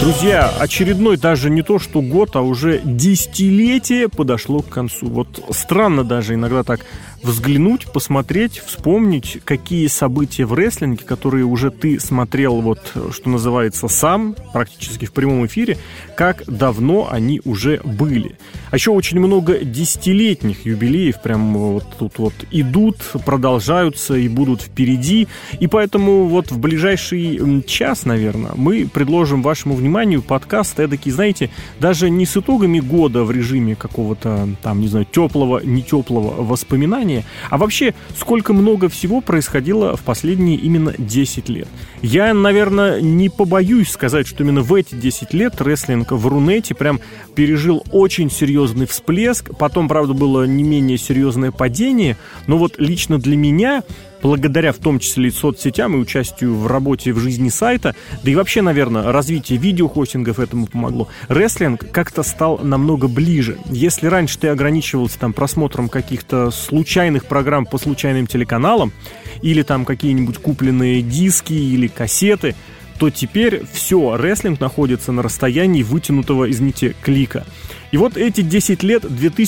Друзья, очередной даже не то что год, а уже десятилетие подошло к концу. Вот странно даже иногда так взглянуть, посмотреть, вспомнить, какие события в рестлинге, которые уже ты смотрел, вот, что называется, сам, практически в прямом эфире, как давно они уже были. А еще очень много десятилетних юбилеев прям вот тут вот идут, продолжаются и будут впереди. И поэтому вот в ближайший час, наверное, мы предложим вашему вниманию подкаст эдакий, знаете, даже не с итогами года в режиме какого-то там, не знаю, теплого, не теплого воспоминания, а вообще, сколько много всего происходило в последние именно 10 лет. Я, наверное, не побоюсь сказать, что именно в эти 10 лет рестлинг в Рунете прям пережил очень серьезный всплеск. Потом, правда, было не менее серьезное падение. Но вот лично для меня, благодаря в том числе и соцсетям и участию в работе в жизни сайта, да и вообще, наверное, развитие видеохостингов этому помогло, рестлинг как-то стал намного ближе. Если раньше ты ограничивался там просмотром каких-то случайных программ по случайным телеканалам или там какие-нибудь купленные диски или кассеты, то теперь все, рестлинг находится на расстоянии вытянутого, извините, клика. И вот эти 10 лет,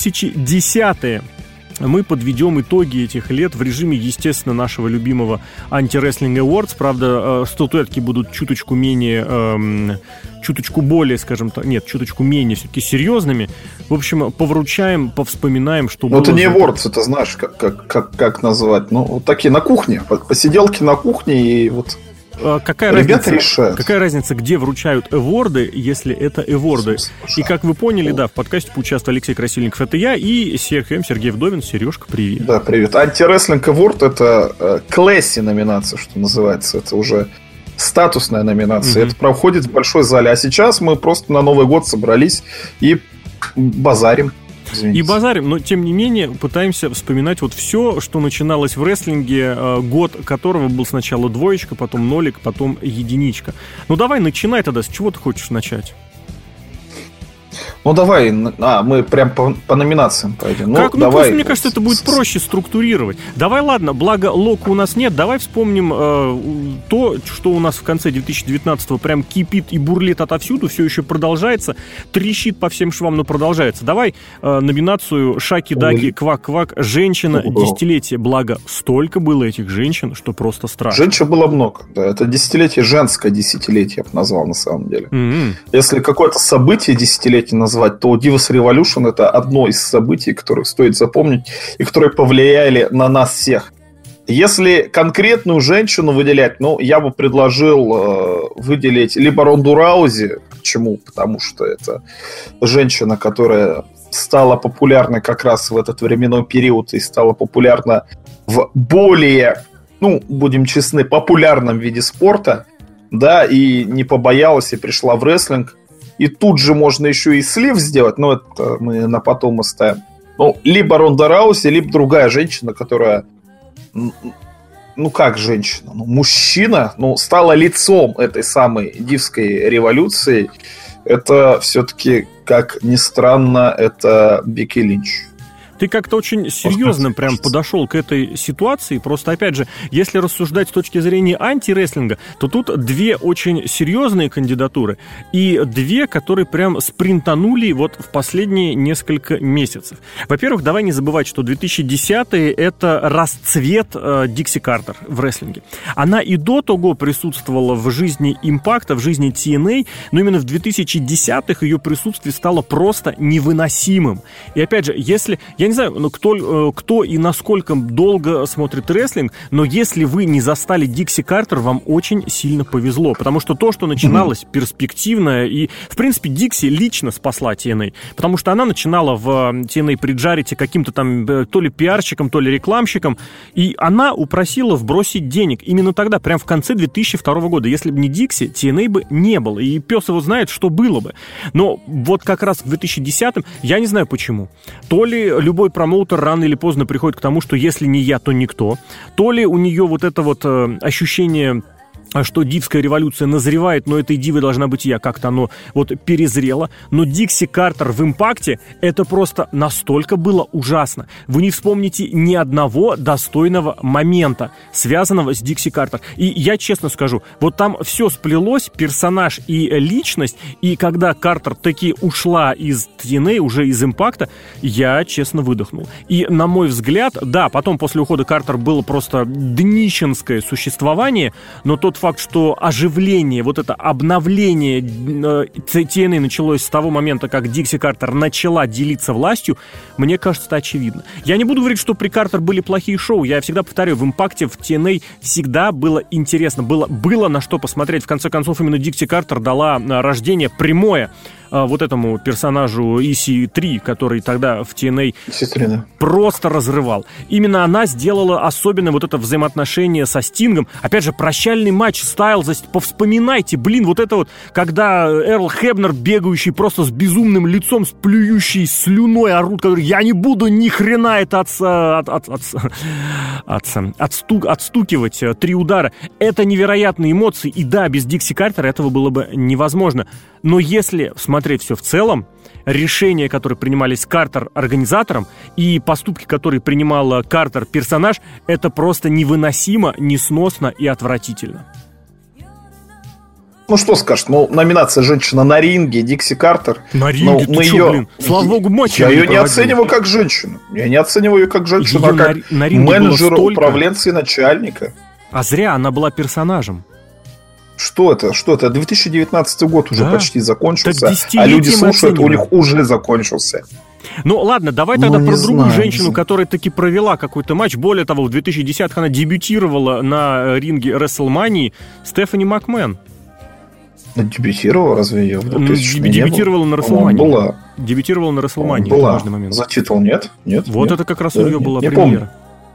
2010-е, мы подведем итоги этих лет в режиме, естественно, нашего любимого Anti-Wrestling Awards. Правда, статуэтки будут чуточку менее, чуточку более, скажем так, нет, чуточку менее все-таки серьезными. В общем, повручаем, повспоминаем, что было. Ну, это не Awards, это знаешь, как назвать. Ну, вот такие на кухне, посиделки на кухне и вот... Какая разница, где вручают эворды, если это эворды? И как вы поняли, да, в подкасте поучаствовал Алексей Красильников, это я, и Сергей Вдовин. Сережка, привет. Да, привет. Анти-рестлинг эворд — это класси номинация, что называется. Это уже статусная номинация. Это проходит в большой зале. А сейчас мы просто на Новый год собрались и базарим. Извините. И базарим, но тем не менее пытаемся вспоминать вот все, что начиналось в рестлинге, год которого был сначала двоечка, потом нолик, потом единичка. Ну давай, начинай тогда, с чего ты хочешь начать? Ну давай, мы прям по номинациям пойдем. Как? Ну давай. Просто, мне кажется, это будет проще структурировать. Давай, ладно, благо лока у нас нет, давай вспомним то, что у нас в конце 2019-го прям кипит и бурлит отовсюду, все еще продолжается, трещит по всем швам, но продолжается. Давай номинацию Шаки-Даки, Квак-Квак, женщина десятилетия. Благо, столько было этих женщин, что просто страшно. Женщин было много, да. Это десятилетие, женское десятилетие, я бы назвал на самом деле. Если какое-то событие десятилетия назвать, то Divas Revolution — это одно из событий, которые стоит запомнить и которые повлияли на нас всех. Если конкретную женщину выделять, ну, я бы предложил выделить либо Ронду Раузи. Почему? Потому что это женщина, которая стала популярной как раз в этот временной период и стала популярна в более, ну, будем честны, популярном виде спорта, да, и не побоялась и пришла в рестлинг. И тут же можно еще и слив сделать, но это мы на потом оставим. Ну, либо Ронда Раузи, либо другая женщина, которая... Ну, как женщина? Ну, мужчина, ну, стала лицом этой самой дивской революции. Это все-таки, как ни странно, это Бекки Линч. Ты как-то очень серьезно прям подошел к этой ситуации. Просто, опять же, если рассуждать с точки зрения антирестлинга, то тут две очень серьезные кандидатуры и две, которые прям спринтанули вот в последние несколько месяцев. Во-первых, давай не забывать, что 2010-е — это расцвет Дикси Картер в рестлинге. Она и до того присутствовала в жизни Импакта, в жизни TNA, но именно в 2010-х ее присутствие стало просто невыносимым. И, опять же, если... Я не знаю, кто и насколько долго смотрит рестлинг, но если вы не застали Дикси Картер, вам очень сильно повезло, потому что то, что начиналось перспективное, и, в принципе, Дикси лично спасла TNA, потому что она начинала в TNA при Джарете каким-то там то ли пиарщиком, то ли рекламщиком, и она упросила вбросить денег именно тогда, прям в конце 2002 года. Если бы не Дикси, TNA бы не было, и пес его знает, что было бы. Но вот как раз в 2010-м, я не знаю почему, то ли любой промоутер рано или поздно приходит к тому, что если не я, то никто. То ли у нее вот это вот ощущение что дивская революция назревает, но этой дивой должна быть я, как-то оно вот перезрело. Но Дикси Картер в «Импакте» это просто настолько было ужасно. Вы не вспомните ни одного достойного момента, связанного с Дикси Картер. И я честно скажу, вот там все сплелось, персонаж и личность, и когда Картер таки ушла из TNA, уже из «Импакта», я честно выдохнул. И, на мой взгляд, да, потом после ухода Картер было просто днищенское существование, но тот факт, что оживление, вот это обновление TNA началось с того момента, как Дикси Картер начала делиться властью, мне кажется, это очевидно. Я не буду говорить, что при Картер были плохие шоу, я всегда повторяю, в «Импакте», в TNA всегда было интересно, было на что посмотреть. В конце концов, именно Дикси Картер дала рождение прямое вот этому персонажу EC3, который тогда в TNA просто разрывал. Именно она сделала особенно вот это взаимоотношение со Стингом. Опять же, прощальный матч Стайлза, повспоминайте, вот это вот, когда Эрл Хебнер, бегающий просто с безумным лицом, с плюющей слюной, орут, который: я не буду ни хрена это отстукивать 3 удара. Это невероятные эмоции, и да, без Дикси Картер этого было бы невозможно. Но если смотреть все в целом, решения, которые принимались Картер организатором, и поступки, которые принимала Картер персонаж, это просто невыносимо, несносно и отвратительно. Ну, что скажешь, номинация «Женщина на ринге», Дикси Картер. На ринге? Ты что, блин? Слава богу, матч я ее не оцениваю как женщину. Я не оцениваю ее как женщину, а как менеджера, управленца и начальника. А зря, она была персонажем. Что это? 2019 год уже почти закончился, а люди слушают, у них уже закончился. Ну ладно, давай тогда про другую женщину, которая таки провела какой-то матч. Более того, в 2010-х она дебютировала на ринге WrestleMania, Стефани Макмен. Дебютировала? Разве ее в 2000 дебютировала на WrestleMania. Дебютировала на WrestleMania. Была. Важный момент. За титул нет? Вот это как раз у нее была премьера.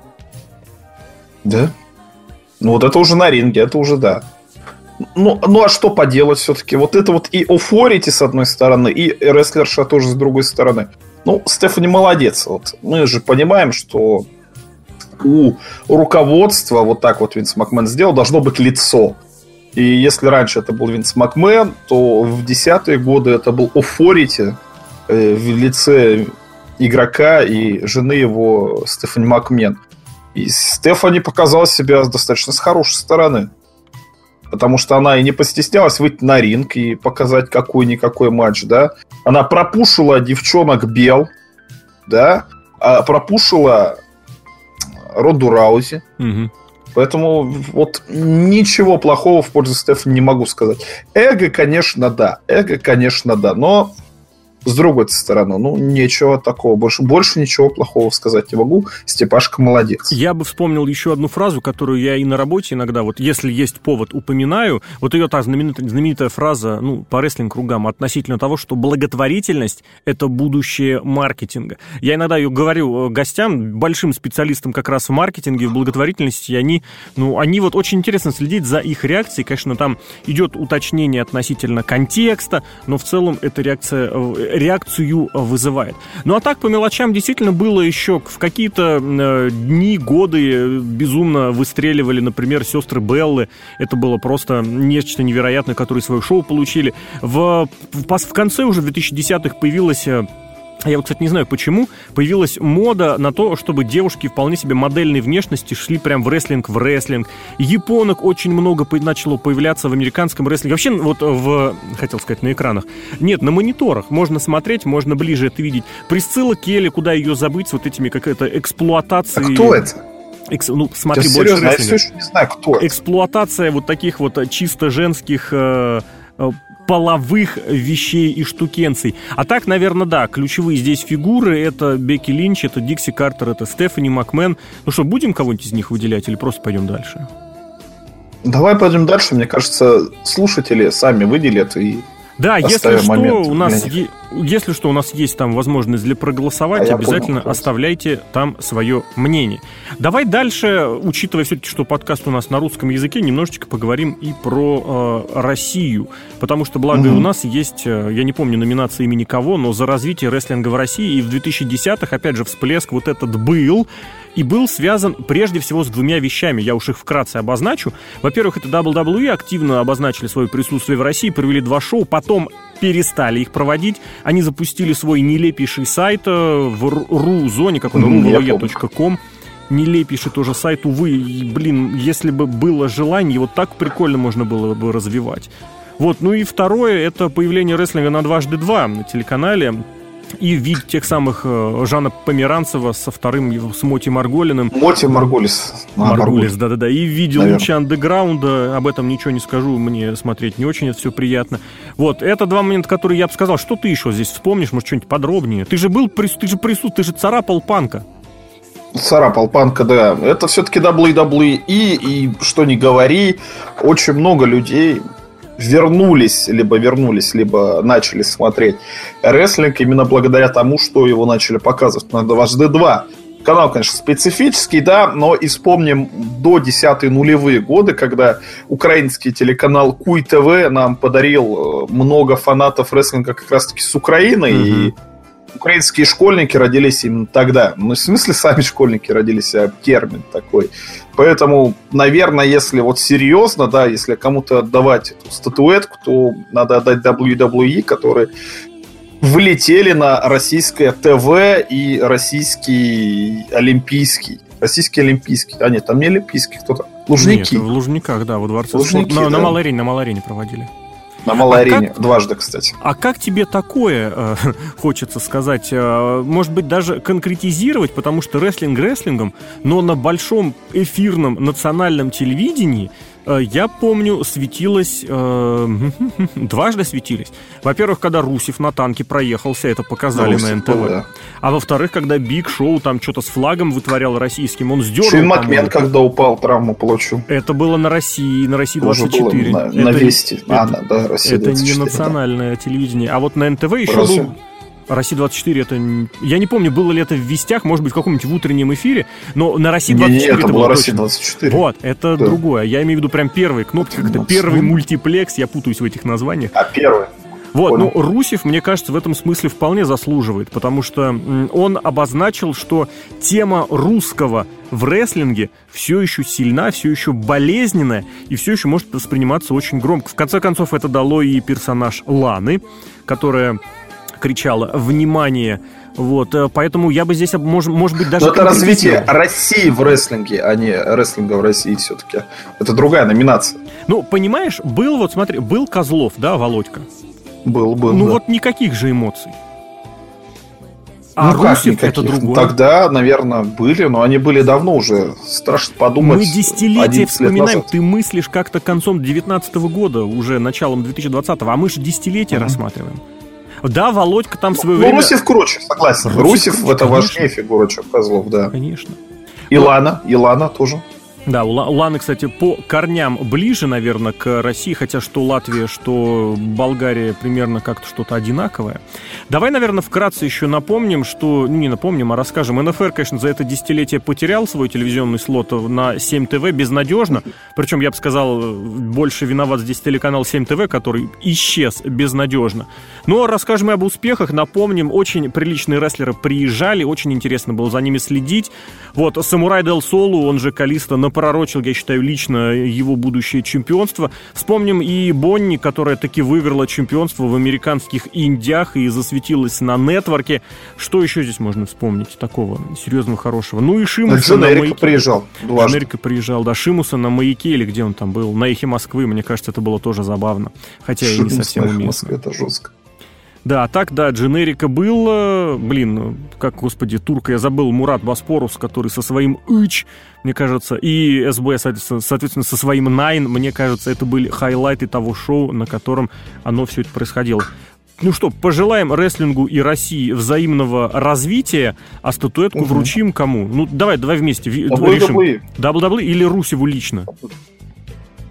Да? Ну вот это уже на ринге, это уже да. Ну а что поделать все-таки? Вот это вот и Authority с одной стороны, и рестлерша тоже с другой стороны. Ну, Стефани молодец. Вот. Мы же понимаем, что у руководства, вот так вот Винс Макмен сделал, должно быть лицо. И если раньше это был Винс Макмен, то в 10-е годы это был Authority в лице игрока и жены его Стефани Макмен. И Стефани показала себя достаточно с хорошей стороны. Потому что она и не постеснялась выйти на ринг и показать какой-никакой матч, да. Она пропушила девчонок Бел, да, пропушила Ронду Раузи. Угу. Поэтому вот ничего плохого в пользу Стефани не могу сказать. Эго, конечно, да, но с другой стороны, ничего такого. Больше ничего плохого сказать не могу. Степашка молодец. Я бы вспомнил еще одну фразу, которую я и на работе иногда, вот если есть повод, упоминаю. Вот ее та знаменитая фраза, по рестлинг-кругам относительно того, что благотворительность – это будущее маркетинга. Я иногда ее говорю гостям, большим специалистам как раз в маркетинге, в благотворительности, и они вот очень интересно следить за их реакцией. Конечно, там идет уточнение относительно контекста, но в целом эта реакцию вызывает. Ну а так по мелочам действительно было еще в какие-то дни, годы безумно выстреливали, например, сестры Беллы. Это было просто нечто невероятное, которые свое шоу получили. В конце уже 2010-х появилась... Я вот, кстати, не знаю почему, появилась мода на то, чтобы девушки вполне себе модельной внешности шли прям в рестлинг. Японок очень много начало появляться в американском рестлинге. Вообще, вот хотел сказать, на экранах. Нет, на мониторах. Можно смотреть, можно ближе это видеть. Присцилла Келли, куда ее забыть, с вот этими какая-то эксплуатацией. А кто это? Смотри, больше серьезно, я все еще не знаю, кто это. Эксплуатация вот таких вот чисто женских... половых вещей и штукенций. А так, наверное, да, ключевые здесь фигуры — это Бекки Линч, это Дикси Картер, это Стефани Макмен. Ну что, будем кого-нибудь из них выделять или просто пойдем дальше? Давай пойдем дальше. Мне кажется, слушатели сами выделят и... Да, если что, если что, у нас есть там возможность для проголосовать, обязательно оставляйте там свое мнение. Давай дальше, учитывая все-таки, что подкаст у нас на русском языке, немножечко поговорим и про Россию. Потому что, благо, у нас есть, я не помню номинации имени кого, но за развитие рестлинга в России. И в 2010-х, опять же, всплеск вот этот был. И был связан прежде всего с двумя вещами. Я уж их вкратце обозначу. Во-первых, это WWE активно обозначили свое присутствие в России, провели 2 шоу, потом перестали их проводить. Они запустили свой нелепейший сайт в ру-зоне, как он, ruvoe.com. Нелепейший тоже сайт, увы. И, блин, если бы было желание, вот так прикольно можно было бы развивать. Вот, ну и второе, это появление рестлинга на 2x2 на телеканале. И вид тех самых Жана Померанцева со вторым, с Моти Марголиным. Моти Марголис. Марголис, да-да-да. И в виде луча андеграунда. Об этом ничего не скажу, мне смотреть не очень это все приятно. Вот, это 2 момента, которые я бы сказал. Что ты еще здесь вспомнишь, может, что-нибудь подробнее? Ты же был, ты же царапал Панка. Царапал Панка, да. Это все-таки WWE, и что ни говори, очень много людей вернулись, либо начали смотреть рестлинг именно благодаря тому, что его начали показывать на 2x2. Канал, конечно, специфический, да, но и вспомним до 10-е нулевые годы, когда украинский телеканал Куй ТВ нам подарил много фанатов рестлинга как раз-таки с Украины, и украинские школьники родились именно тогда. Ну, в смысле, сами школьники родились, а термин такой. Поэтому, наверное, если вот серьезно, да, если кому-то отдавать эту статуэтку, то надо отдать WWE, которые влетели на российское ТВ и российский олимпийский. Российский олимпийский. А нет, там не олимпийский, кто-то. Лужники. Нет, в Лужниках, да, во дворце. Лужники, на малой арене проводили. На малой арене, дважды, кстати. А как тебе такое, хочется сказать, может быть, даже конкретизировать, потому что рестлинг рестлингом, но на большом эфирном национальном телевидении, я помню, светилось, дважды светились. Во-первых, когда Русев на танке проехался, это показали на НТВ. Да. А во-вторых, когда Биг Шоу там что-то с флагом вытворял российским, он сдернул. Шейн Макмен, когда упал, травму получил. Это было на России 24. На Вести. Да, Россия 24. Это не национальное телевидение. А вот на НТВ еще был... Россия-24, это... Я не помню, было ли это в Вестях, может быть, в каком-нибудь в утреннем эфире, но на России-24 это было Россия-24. Вот, это другое. Я имею в виду прям первые кнопки, как-то первый мультиплекс, я путаюсь в этих названиях. А первый? Вот, понял. Ну, Русев, мне кажется, в этом смысле вполне заслуживает, потому что он обозначил, что тема русского в рестлинге все еще сильна, все еще болезненная и все еще может восприниматься очень громко. В конце концов, это дало и персонаж Ланы, которая кричала «Внимание!». Вот, поэтому я бы здесь, может быть, даже... Но это развитие России в рестлинге, а не рестлинга в России все-таки. Это другая номинация. Ну, понимаешь, был, вот смотри, был Козлов, да, Володька? Был, ну, да. Вот никаких же эмоций. А Русев это другое. Тогда, наверное, были, но они были давно уже. Страшно подумать. Мы десятилетия вспоминаем. Ты мыслишь как-то концом 2019 года, уже началом 2020-го, а мы же десятилетия рассматриваем. Да, Володька там в свое время... Русев круче, согласен. Русев это важнее фигура, чем Козлов, да. Конечно. И Лана тоже. Да, Лана, кстати, по корням ближе, наверное, к России, хотя что Латвия, что Болгария примерно как-то что-то одинаковое. Давай, наверное, вкратце еще напомним, что... Ну, не напомним, а расскажем. НФР, конечно, за это десятилетие потерял свой телевизионный слот на 7 ТВ безнадежно. Причем, я бы сказал, больше виноват здесь телеканал 7 ТВ, который исчез безнадежно. Но расскажем и об успехах. Напомним, очень приличные рестлеры приезжали, очень интересно было за ними следить. Вот, Самурай Дел Солу, он же Калиста, напророчил, я считаю, лично его будущее чемпионство. Вспомним и Бонни, которая таки выиграла чемпионство в американских Индиях и засветилась на нетворке. Что еще здесь можно вспомнить такого серьезного, хорошего? Ну и Шимуса на Маяке. Приезжал. Дженерика приезжал, да. Шимуса на Маяке, или где он там был, на Эхе Москвы. Мне кажется, это было тоже забавно. Хотя и не совсем уместно. Это жестко. Да, так, да, Дженерика был, как, господи, турка, я забыл, Мурат Боспорус, который со своим «Ыч», мне кажется, и СБ, соответственно, со своим «Найн», мне кажется, это были хайлайты того шоу, на котором оно все это происходило. Ну что, пожелаем рестлингу и России взаимного развития, а статуэтку вручим кому? Ну, давай вместе решим. WWE или Русеву лично?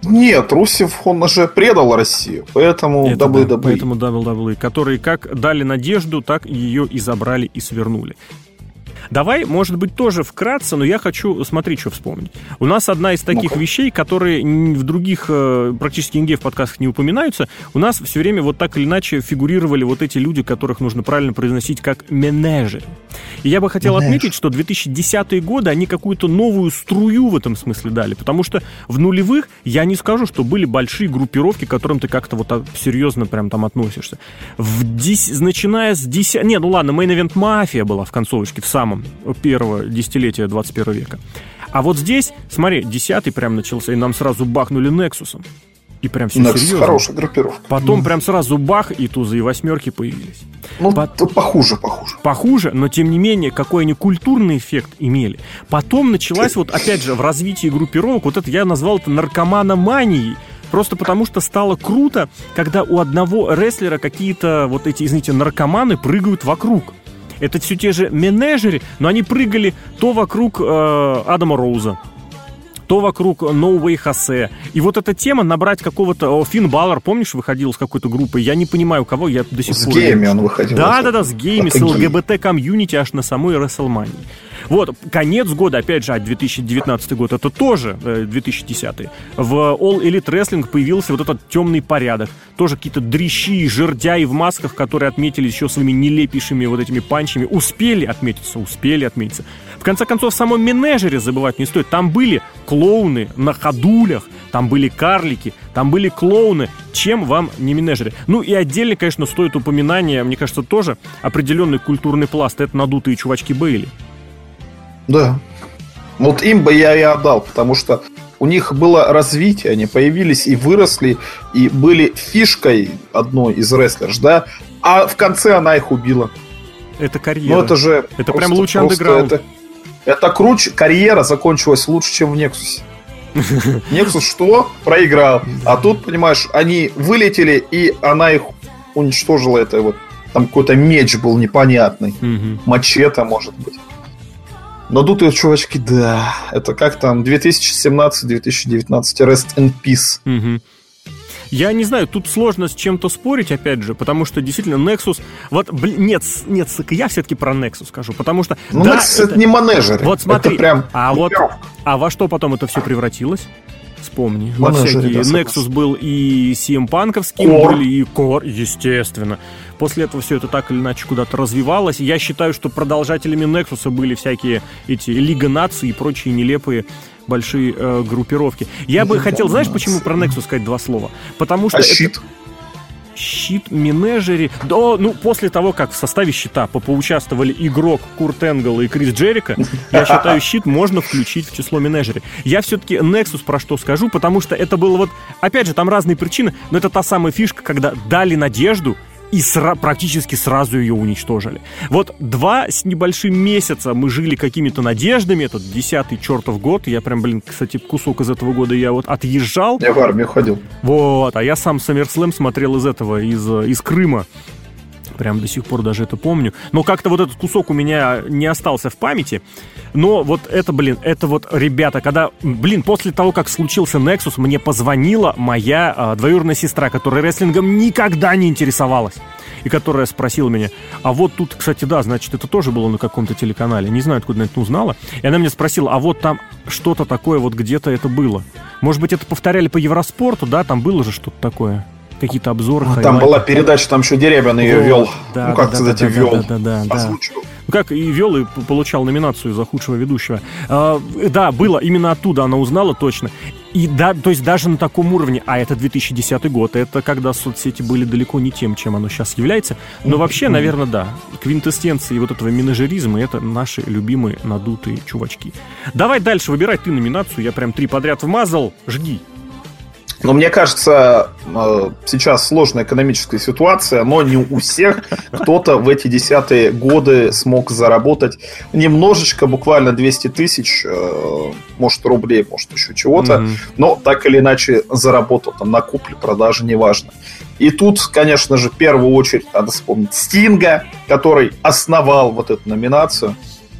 Нет, Русев, он уже предал Россию, поэтому WWE. Да, поэтому WWE, которые как дали надежду, так ее и забрали и свернули. Давай, может быть, тоже вкратце, но я хочу, смотри, что вспомнить. У нас одна из таких вещей, которые в других практически нигде в подкастах не упоминаются, у нас все время вот так или иначе фигурировали вот эти люди, которых нужно правильно произносить как менеджеры. И я бы хотел отметить, что 2010-е годы, они какую-то новую струю в этом смысле дали, потому что в нулевых, я не скажу, что были большие группировки, к которым ты как-то вот так серьезно прям там относишься. Начиная с 10... Не, ну ладно, Main Event Mafia была в концовочке, в самом первого десятилетия 21 века. А вот здесь, смотри, 10-й прям начался, и нам сразу бахнули Нексусом. И прям все Nexus серьезно. Хорошая группировка. Потом прям сразу бах, и тузы, и восьмерки появились. Ну, похуже. Похуже, но тем не менее, какой они культурный эффект имели. Потом началась вот, опять же, в развитии группировок, вот это я назвал это наркоманоманией. Просто потому, что стало круто, когда у одного рестлера какие-то вот эти, извините, наркоманы прыгают вокруг. Это все те же менеджеры, но они прыгали то вокруг Адама Роуза, то вокруг No Way Jose. И вот эта тема набрать какого-то... Финн Балор, помнишь, выходил с какой-то группой? Я не понимаю, кого, я до сих пор... С геями он выходил. Да, с геями, с ЛГБТ-комьюнити аж на самой Рестлмании. Вот, конец года, опять же, 2019 год, это тоже 2010. В All Elite Wrestling появился вот этот темный порядок. Тоже какие-то дрищи, жердяи в масках, которые отметились еще своими нелепейшими вот этими панчами. Успели отметиться. В конце концов, в самом менеджере забывать не стоит. Там были клоуны на ходулях, там были карлики, там были клоуны. Чем вам не менеджеры? Ну и отдельно, конечно, стоит упоминание, мне кажется, тоже определенный культурный пласт. Это надутые чувачки Бейли. Да. Вот им бы я и отдал, потому что у них было развитие, они появились и выросли, и были фишкой одной из рестлерш, да, а в конце она их убила. Это карьера. Ну это же... Это просто, прям лучше андеграунд. Это круче, карьера закончилась лучше, чем в Нексусе. Нексус что? Проиграл. А тут, понимаешь, они вылетели, и она их уничтожила. Это вот там какой-то меч был непонятный. Мачете, может быть. Надутые чувачки, да. Это как там 2017-2019 Rest in Peace. Я не знаю, тут сложно с чем-то спорить, опять же, потому что действительно Nexus... Вот, нет, я все-таки про Nexus скажу, потому что... Ну, да, Nexus это не менеджеры. Вот смотри, это прям... А во что потом это все превратилось? Вспомни. Во всякие... Nexus был и CM-панковским, были и Core, естественно. После этого все это так или иначе куда-то развивалось. Я считаю, что продолжателями Nexus были всякие эти Лига наций и прочие нелепые большие группировки. Я бы хотел, знаешь, почему про Nexus сказать два слова? Потому что... Щит, менеджеры... Да, ну, после того, как в составе Щита поучаствовали игрок Курт Энгл и Крис Джерико, я считаю, Щит можно включить в число менеджеров. Я все-таки Nexus про что скажу, потому что это было вот... Опять же, там разные причины, но это та самая фишка, когда дали надежду и практически сразу ее уничтожили. Вот 2 с небольшим месяца мы жили какими-то надеждами, этот 10-й чертов год, я прям, кстати, кусок из этого года я вот отъезжал. Я в армию ходил. Вот, а я сам SummerSlam смотрел из Крыма. Прям до сих пор даже это помню. Но как-то вот этот кусок у меня не остался в памяти. Но вот это, это вот, ребята, когда, после того, как случился Nexus, мне позвонила моя двоюродная сестра, которая рестлингом никогда не интересовалась. И которая спросила меня, а вот тут, кстати, да, значит, это тоже было на каком-то телеканале. Не знаю, откуда она это узнала. И она мне спросила, а вот там что-то такое, вот где-то это было. Может быть, это повторяли по Евроспорту, да? Там было же что-то такое. Какие-то обзоры. Там была передача, там еще Дерябин ее вел. Да, ну, как сказать, вел. Да. Ну, как и вел, и получал номинацию за худшего ведущего. Да, было, именно оттуда она узнала точно. И да, то есть даже на таком уровне, а это 2010 год, это когда соцсети были далеко не тем, чем оно сейчас является. Но вообще, наверное, да, квинтэссенции вот этого менеджеризма — это наши любимые надутые чувачки. Давай дальше выбирай ты номинацию, я прям 3 подряд вмазал, жги. Но мне кажется, сейчас сложная экономическая ситуация, но не у всех. Кто-то в эти 10-е годы смог заработать немножечко, буквально 200 тысяч, может рублей, может еще чего-то, но так или иначе заработал там на купле, продаже, неважно. И тут, конечно же, в первую очередь надо вспомнить Стинга, который основал вот эту номинацию.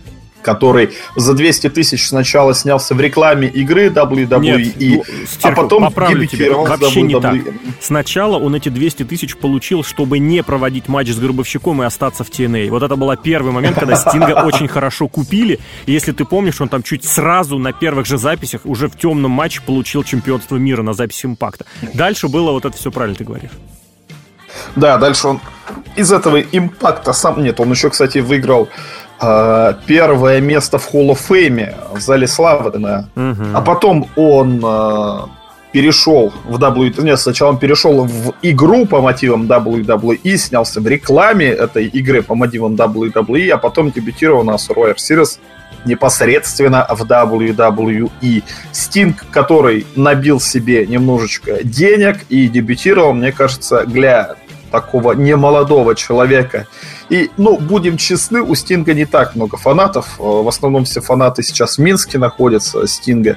который за 200 тысяч сначала снялся в рекламе игры WWE, Нет, а потом дебютировал в WWE. Вообще не так. WWE. Сначала он эти 200 тысяч получил, чтобы не проводить матч с Гробовщиком и остаться в TNA. Вот это был первый момент, когда Стинга очень хорошо купили. И если ты помнишь, он там чуть сразу на первых же записях уже в темном матче получил чемпионство мира на записи Импакта. Дальше было вот это все правильно ты говоришь. Да, дальше он из этого Импакта сам... Нет, он еще, кстати, выиграл первое место в Hall of Fame в зале славы, да. А потом он перешел в WWE. Нет, сначала он перешел в игру по мотивам WWE, снялся в рекламе этой игры по мотивам WWE, а потом дебютировал на Survivor Series непосредственно в WWE. Стинг, который набил себе немножечко денег и дебютировал, мне кажется, для такого немолодого человека. И, будем честны, у Стинга не так много фанатов. В основном все фанаты сейчас в Минске находятся, Стинга.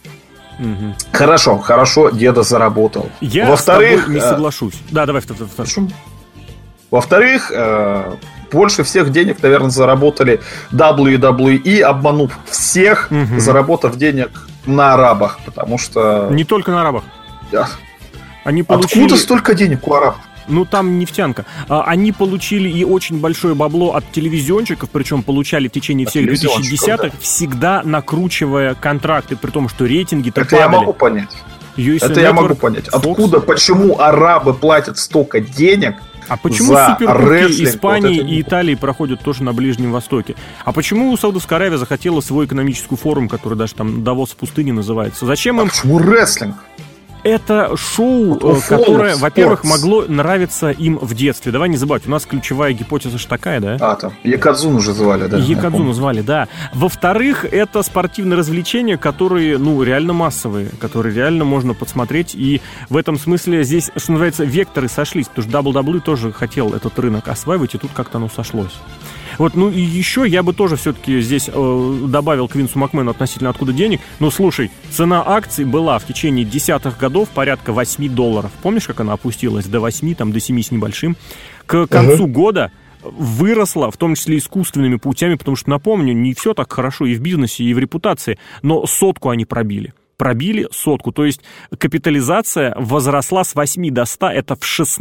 Хорошо, деда заработал. Я Во-вторых, с тобой не соглашусь. Да, давай второй. Почему? Во-вторых, больше всех денег, наверное, заработали WWE, обманув всех, заработав денег на арабах, потому что... Не только на арабах. Да. Они получили... Откуда столько денег у арабов? Там нефтянка. Они получили и очень большое бабло от телевизионщиков, причем получали в течение всех 2010-х, да. Всегда накручивая контракты, при том, что рейтинги-то падали. Я могу понять. Я могу понять. Откуда, почему арабы платят столько денег? А почему суперкубки Испании и Италии проходят тоже на Ближнем Востоке? А почему Саудовская Аравия захотела свой экономический форум, который даже там Давос в пустыне называется? Зачем им... Почему рестлинг? Это шоу, которое, во-первых, могло нравиться им в детстве. Давай не забывать, у нас ключевая гипотеза же такая, да? Там Якадзуну же звали, да? Якадзуну звали, да. Во-вторых, это спортивные развлечения, которые, реально массовые, которые реально можно подсмотреть. И в этом смысле здесь, что называется, векторы сошлись, потому что WWE тоже хотел этот рынок осваивать, и тут как-то оно сошлось. И еще я бы тоже все-таки здесь добавил к Винсу Макмену относительно откуда денег. Слушай, цена акций была в течение десятых годов порядка $8. Помнишь, как она опустилась до 8, до 7 с небольшим? К концу года выросла, в том числе искусственными путями, потому что, напомню, не все так хорошо и в бизнесе, и в репутации, но 100 они пробили. Пробили 100, то есть капитализация возросла с 8 до 100, это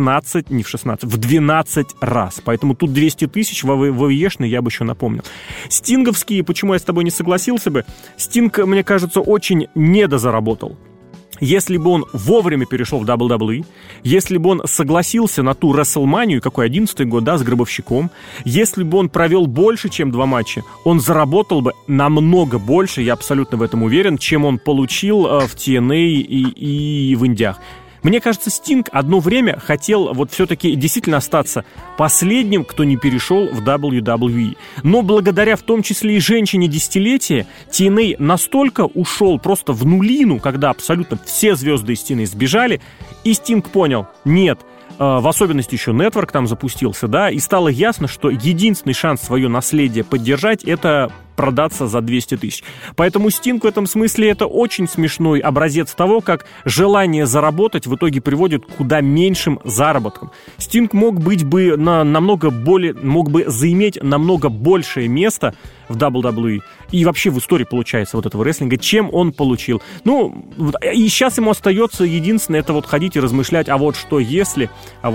в 12 раз. Поэтому тут 200 тысяч в АВЕшный я бы еще напомнил. Стинговские, почему я с тобой не согласился бы, Стинг, мне кажется, очень недозаработал. Если бы он вовремя перешел в WWE, если бы он согласился на ту WrestleMania, какой 11-й год, да, с Гробовщиком, если бы он провел больше, чем 2 матча, он заработал бы намного больше, я абсолютно в этом уверен, чем он получил в TNA и в Индиях. Мне кажется, Стинг одно время хотел все-таки действительно остаться последним, кто не перешел в WWE. Но благодаря в том числе и женщине десятилетия, TNA настолько ушел просто в нулину, когда абсолютно все звезды из TNA сбежали, и Стинг понял, нет, в особенности еще Network там запустился, да, и стало ясно, что единственный шанс свое наследие поддержать — это продаться за 200 тысяч. Поэтому Стинг в этом смысле это очень смешной образец того, как желание заработать в итоге приводит к куда меньшим заработкам. Стинг мог бы заиметь намного большее место в WWE и вообще в истории, получается, этого рестлинга, чем он получил. И сейчас ему остается единственное, это ходить и размышлять, а вот что если.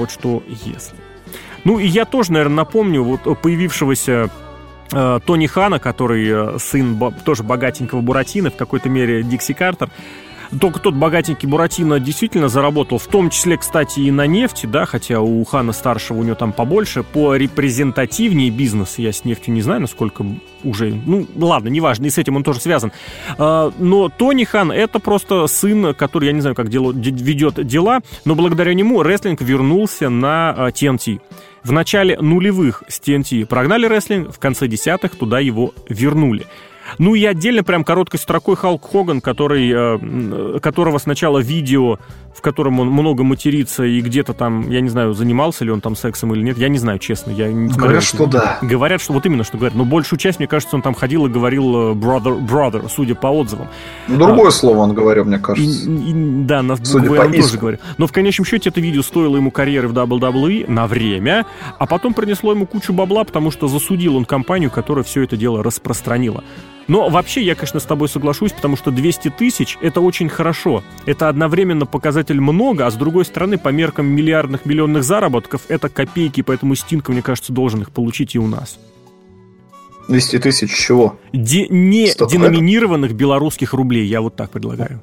И я тоже, наверное, напомню появившегося Тони Хана, который сын тоже богатенького Буратино, в какой-то мере Дикси Картер. Только тот богатенький Буратино действительно заработал, в том числе, кстати, и на нефти, да, хотя у Хана старшего у него там побольше, по репрезентативнее бизнес, я с нефтью не знаю, насколько уже, ладно, неважно, и с этим он тоже связан. Но Тони Хан — это просто сын, который, я не знаю, как ведет дела, но благодаря нему рестлинг вернулся на TNT. В начале нулевых с TNT прогнали рестлинг, в конце десятых туда его вернули. И отдельно прям короткой строкой Халк Хоган, которого сначала видео в котором он много матерится и где-то там, я не знаю, занимался ли он там сексом или нет, я не знаю, честно. Я не говорят, что да. Говорят, что вот именно, что говорят. Но большую часть, мне кажется, он там ходил и говорил brother, судя по отзывам. Другое слово он говорил, мне кажется. Да, на букву он тоже говорил. Но в конечном счете это видео стоило ему карьеры в WWE на время, а потом принесло ему кучу бабла, потому что засудил он компанию, которая все это дело распространила. Но вообще я, конечно, с тобой соглашусь, потому что 200 тысяч — это очень хорошо. Это одновременно показатель много, а с другой стороны, по меркам миллионных заработков, это копейки, поэтому Стинг, мне кажется, должен их получить и у нас. 200 тысяч чего? Не деноминированных белорусских рублей, я вот так предлагаю.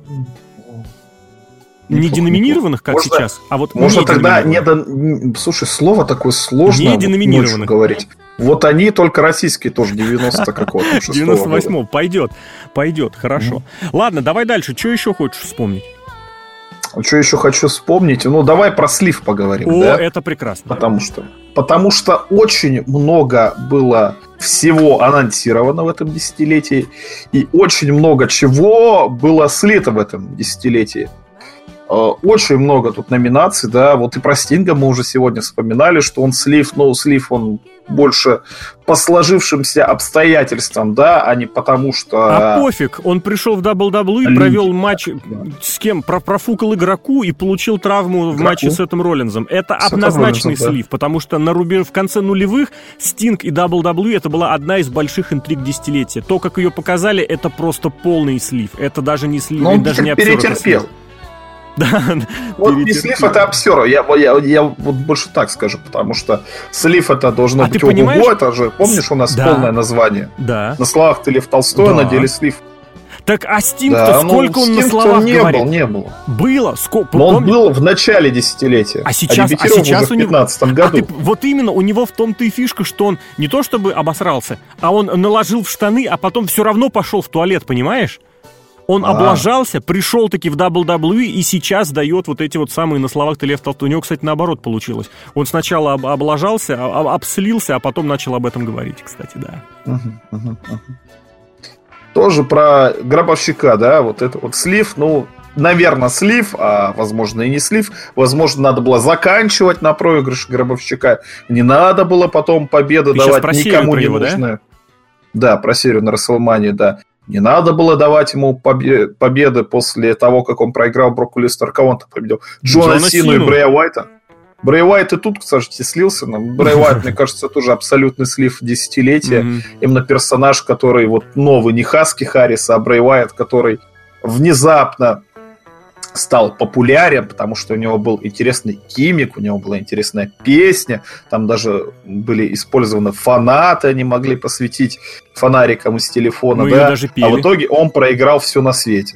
Не деноминированных, как можно, сейчас, а вот можно тогда слушай, слово такое сложное. Не деноминированных. Говорить. Вот они только российские тоже 90 какого-то. 98-го. Пойдет, хорошо. Ладно, давай дальше. Что еще хочешь вспомнить? Что еще хочу вспомнить? Ну, давай про слив поговорим. Это прекрасно. Потому что очень много было всего анонсировано в этом десятилетии, и очень много чего было слито в этом десятилетии. Очень много тут номинаций, да, вот и про Стинга мы уже сегодня вспоминали, что он слив, но слив он больше по сложившимся обстоятельствам, да, а не потому что... А пофиг, он пришел в WWE, провел матч с кем? Профукал игроку и получил травму в матче с Сетом Роллинзом. Это однозначный слив, потому что на рубеже в конце нулевых Стинг и WWE это была одна из больших интриг десятилетия. То, как ее показали, это просто полный слив. Это даже не слив, это даже не обсер. Перетерпел. Да, вот не слив, это обсер. Я вот больше так скажу, потому что слив это должно быть ого-го, это же, помнишь, у нас полное название? Да. На словах ты Лев Толстой, на деле слив. Так, а Стинг-то сколько он на словах говорит? Не был. Было. Но он был в начале десятилетия. А сейчас у него в 15-м году. Вот именно, у него в том-то и фишка, что он не то чтобы обосрался, а он наложил в штаны, а потом все равно пошел в туалет, понимаешь? Он облажался, пришел-таки в WWE и сейчас дает вот эти вот самые на словах-то Лев Толстой. У него, кстати, наоборот получилось. Он сначала облажался, обслился, а потом начал об этом говорить, кстати, да. Тоже про гробовщика, да, вот это вот слив, ну, наверное, слив, а возможно и не слив. Возможно, надо было заканчивать на проигрыше гробовщика. Не надо было потом победы давать никому не нужны. Да, про серию на Расселмании, да. Не надо было давать ему победы после того, как он проиграл Броку Леснеру. Кого он-то победил? Джона Сину и Брэя Уайта. Брэй Уайт и тут, кстати, слился. Но Брэй Уайт, мне кажется, тоже абсолютный слив десятилетия. Именно персонаж, который вот новый, не Хаски Харрис, а Брэй Уайт, который внезапно стал популярен, потому что у него был интересный гиммик, у него была интересная песня, там даже были использованы фанаты, они могли посветить фонариком из телефона, да? А в итоге он проиграл все на свете.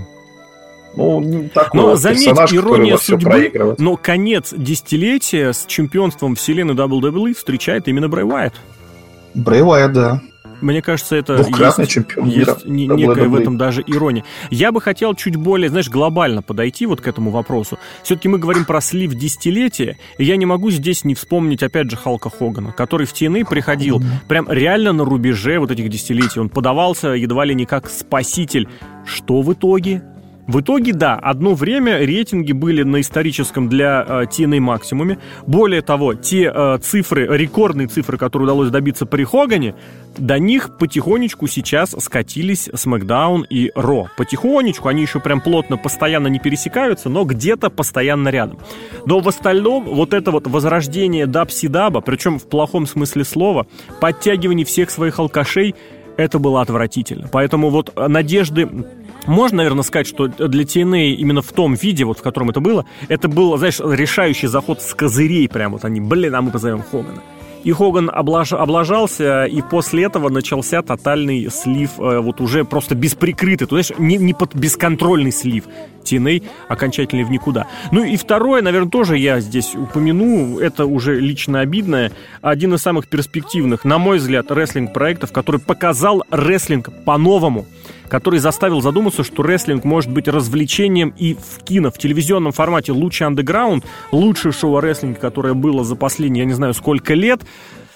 Ну, такой вот заметь, персонаж, ирония судьбы, но конец десятилетия с чемпионством вселенной WWE встречает именно Брэй Уайт. Брэй Уайт, да. Мне кажется, это двукратный чемпион мира. Есть некая в этом даже ирония. Я бы хотел чуть более, знаешь, глобально подойти вот к этому вопросу. Все-таки мы говорим про слив десятилетия, и я не могу здесь не вспомнить, опять же, Халка Хогана, который в TNA приходил прям реально на рубеже вот этих десятилетий. Он подавался едва ли не как спаситель. Что в итоге? В итоге, да, одно время рейтинги были на историческом для TNA максимуме. Более того, те цифры, рекордные цифры, которые удалось добиться при Хогане, до них потихонечку сейчас скатились SmackDown и Raw. Потихонечку, они еще прям плотно, постоянно не пересекаются, но где-то постоянно рядом. Но в остальном вот это вот возрождение даб-си-даба, причем в плохом смысле слова, подтягивание всех своих алкашей, это было отвратительно. Поэтому вот надежды... Можно, наверное, сказать, что для TNA именно в том виде, вот в котором это был, знаешь, решающий заход с козырей прям. Вот они, а мы позовем Хогана. И Хоган облажался, и после этого начался тотальный слив, вот уже просто бесприкрытый, то есть не под бесконтрольный слив TNA, окончательный в никуда. Ну и второе, наверное, тоже я здесь упомяну, это уже лично обидное, один из самых перспективных, на мой взгляд, рестлинг-проектов, который показал рестлинг по-новому, который заставил задуматься, что рестлинг может быть развлечением и в кино, в телевизионном формате. Лучший андеграунд, лучшее шоу о рестлинге, которое было за последние, я не знаю, сколько лет.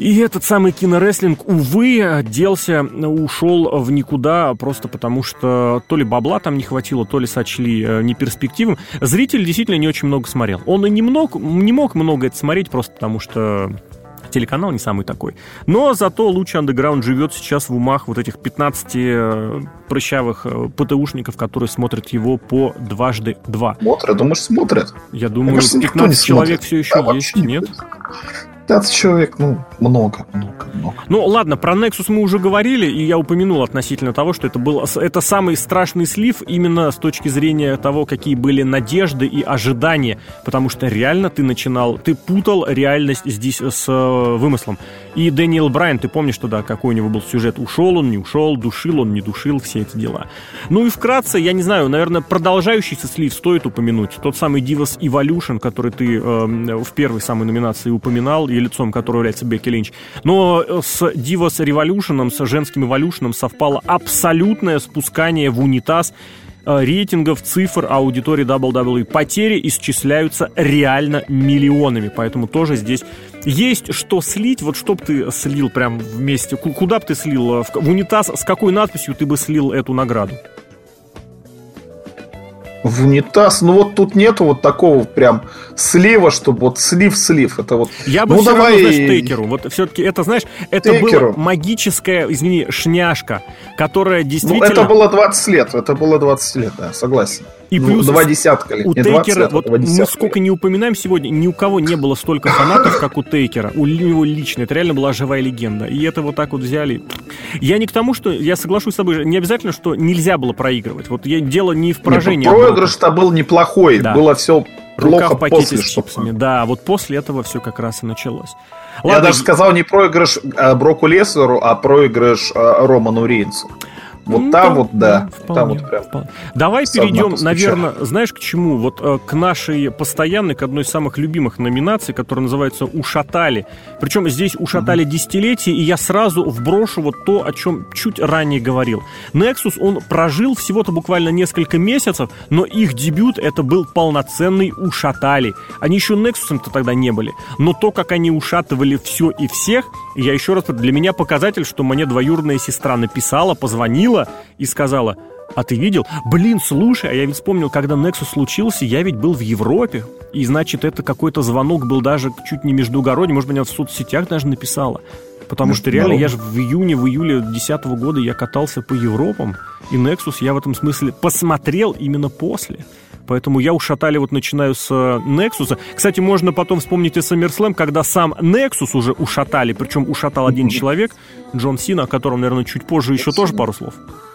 И этот самый кинорестлинг, увы, ушел в никуда, просто потому что то ли бабла там не хватило, то ли сочли неперспективным. Зритель действительно не очень много смотрел. Он и не мог много это смотреть, просто потому что телеканал не самый такой. Но зато лучший андеграунд живет сейчас в умах вот этих 15 прыщавых ПТУшников, которые смотрят его по 2x2. Смотрят? Думаешь, смотрят? Я думаю, 15 человек все еще есть, нет? 15 человек, много. Ну, ладно, про Nexus мы уже говорили, и я упомянул относительно того, что это самый страшный слив именно с точки зрения того, какие были надежды и ожидания, потому что реально ты путал реальность здесь с вымыслом. И Дэниел Брайан, ты помнишь, что да, какой у него был сюжет, ушел он, не ушел, душил он, не душил, все эти дела. Ну и вкратце, я не знаю, наверное, продолжающийся слив стоит упомянуть. Тот самый Divas Evolution, который ты в первой самой номинации упоминал, и лицом которого является Бекки Линч. Но с Divas Revolution, с женским Evolution совпало абсолютное спускание в унитаз рейтингов, цифр аудитории WWE. Потери исчисляются реально миллионами, поэтому тоже здесь есть что слить. Вот что бы ты слил прям вместе? Куда бы ты слил? В унитаз? С какой надписью ты бы слил эту награду? В унитаз, вот тут нету вот такого прям слива, чтобы вот слив. Это вот. Я бы все равно, знаешь, Тейкеру. Вот все-таки это, знаешь, это была магическая, шняшка, которая действительно. Это было 20 лет, да, согласен. И плюс 20 лет. У Тейкера, вот мы сколько не упоминаем сегодня, ни у кого не было столько фанатов, как у Тейкера. У него лично. Это реально была живая легенда. И это вот так вот взяли. Я не к тому, что я соглашусь с тобой, не обязательно, что нельзя было проигрывать. Вот дело не в поражении. Проигрыш-то был неплохой. Да. Было все плохо после, с чипсами. Да, вот после этого все как раз и началось. Ладно. Я даже сказал не проигрыш Броку Леснеру, а проигрыш Роману Рейнсу. Вот там вот, да. Вполне, там вот прям. Вполне. Давай перейдем, наверное, знаешь, к чему? Вот к нашей постоянной, к одной из самых любимых номинаций, которая называется «Ушатали». Причем здесь ушатали десятилетия, и я сразу вброшу вот то, о чем чуть ранее говорил. Nexus, он прожил всего-то буквально несколько месяцев, но их дебют это был полноценный «Ушатали». Они еще Nexus'ом-то тогда не были. Но то, как они ушатывали все и всех, я еще раз, для меня показатель, что мне двоюродная сестра написала, позвонила и сказала: а ты видел? Блин, слушай, а я ведь вспомнил, когда Nexus случился, я ведь был в Европе, и значит, это какой-то звонок был даже чуть не междугородний, может быть, она в соцсетях даже написала, потому что реально я же в июле 2010 года я катался по Европам, и Nexus я в этом смысле посмотрел именно после. Поэтому я ушатали вот начинаю с Nexus. Кстати, можно потом вспомнить и SummerSlam, когда сам Nexus уже ушатали, причем ушатал один человек, Джон Сина, о котором, наверное, чуть позже еще тоже пару слов.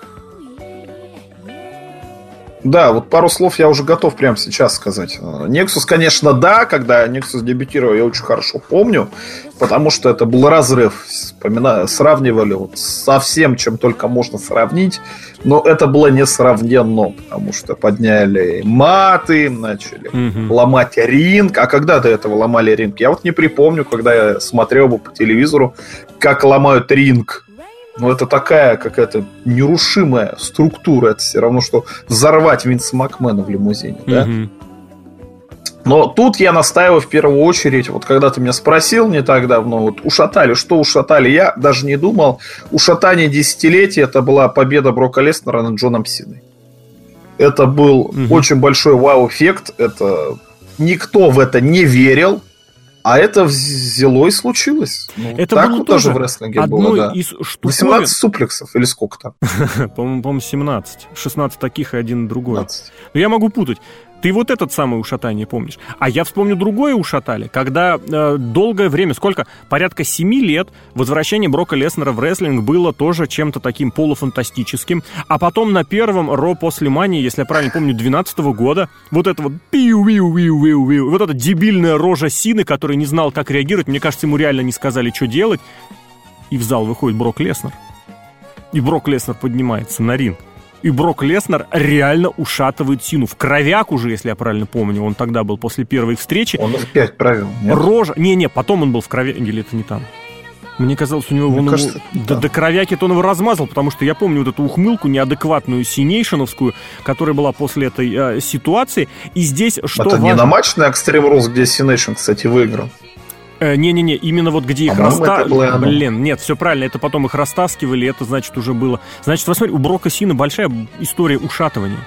Да, вот пару слов я уже готов прямо сейчас сказать. Nexus, конечно, да, когда Nexus дебютировал, я очень хорошо помню, потому что это был разрыв. Сравнивали вот со всем, чем только можно сравнить, но это было несравненно, потому что подняли маты, начали ломать ринг. А когда до этого ломали ринг? Я вот не припомню, когда я смотрел бы по телевизору, как ломают ринг. Но это такая какая-то нерушимая структура. Это все равно, что взорвать Винса Макмена в лимузине, да? Но тут я настаиваю в первую очередь, вот когда ты меня спросил не так давно, вот ушатали, что ушатали, я даже не думал. Ушатание десятилетия, это была победа Брока Леснера над Джоном Синой. Это был очень большой вау-эффект, это никто в это не верил. А это взяло и случилось. Это так было вот тоже в рестлинге было, да. Из 18 суплексов или сколько там? По-моему, 17. 16 таких и один другой. 15. Но я могу путать. Ты вот этот самый ушатание помнишь. А я вспомню другое ушатали, когда долгое время, порядка 7 лет, возвращение Брока Леснера в рестлинг было тоже чем-то таким полуфантастическим. А потом на первом Ро после Мании, если я правильно помню, 2012 года, вот это вот вот эта дебильная рожа Сины, который не знал, как реагировать, мне кажется, ему реально не сказали, что делать. И в зал выходит Брок Леснер. И Брок Леснер поднимается на ринг. И Брок Леснер реально ушатывает Сину. В кровяк уже, если я правильно помню. Он тогда был после первой встречи. Он опять провел, нет? Рожа... Не, потом он был в кровяке. Или это не там? Мне казалось, у него... До кровяки-то он его размазал, потому что я помню вот эту ухмылку неадекватную синейшеновскую, которая была после этой ситуации. И здесь что это важно... не на матч на Extreme Rules, где Синейшен, кстати, выиграл. Не-не-не, именно вот где их растаскивали. Блин, нет, все правильно, это потом их растаскивали, это, значит, уже было... Значит, посмотри, у Брока Сина большая история ушатывания.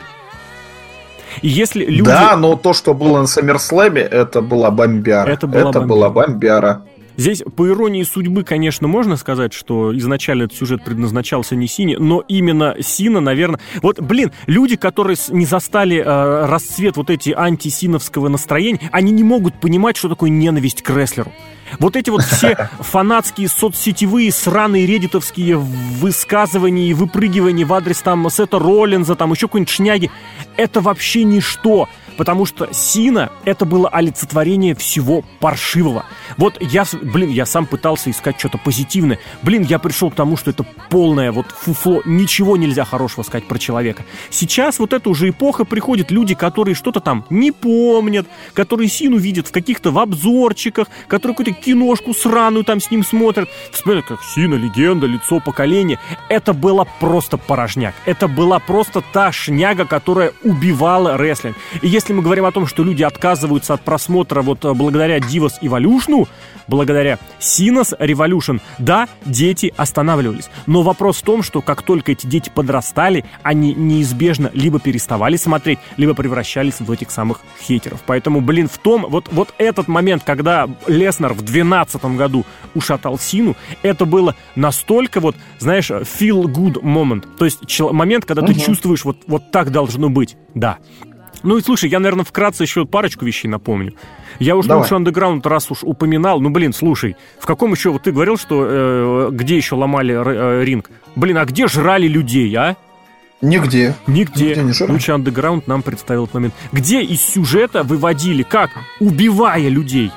И если люди... Да, но то, что было на SummerSlam, это была бомбяра. Это была бомбяра. Здесь, по иронии судьбы, конечно, можно сказать, что изначально этот сюжет предназначался не Сине, но именно Сина, наверное... Вот, блин, люди, которые не застали расцвет вот эти антисиновского настроения, они не могут понимать, что такое ненависть к рестлеру. Вот эти вот все фанатские соцсетевые сраные реддитовские высказывания и выпрыгивания в адрес там Сета Роллинза, там еще какой-нибудь шняги, это вообще ничто. Потому что Сина — это было олицетворение всего паршивого. Вот я сам пытался искать что-то позитивное. Я пришел к тому, что это полное вот фуфло. Ничего нельзя хорошего сказать про человека. Сейчас вот эта уже эпоха, приходят люди, которые что-то там не помнят, которые Сину видят в каких-то в обзорчиках, которые какую-то киношку сраную там с ним смотрят. Вспоминают, как Сина, легенда, лицо поколения. Это было просто порожняк. Это была просто та шняга, которая убивала рестлинг. И если мы говорим о том, что люди отказываются от просмотра вот благодаря Divas Evolution, благодаря Sinas Revolution, да, дети останавливались. Но вопрос в том, что как только эти дети подрастали, они неизбежно либо переставали смотреть, либо превращались в этих самых хейтеров. Поэтому, в том, вот этот момент, когда Леснар в 2012 году ушатал Сину, это было настолько вот, знаешь, feel good moment. То есть момент, когда ты чувствуешь, вот так должно быть, да. Ну и слушай, я, наверное, вкратце еще парочку вещей напомню. Я уж лучше андеграунд раз уж упоминал. Слушай, в каком еще... Вот ты говорил, что где еще ломали ринг? А где жрали людей, а? Нигде не жрали. Лучше андеграунд нам представил этот момент. Где из сюжета выводили? Как? Убивая людей.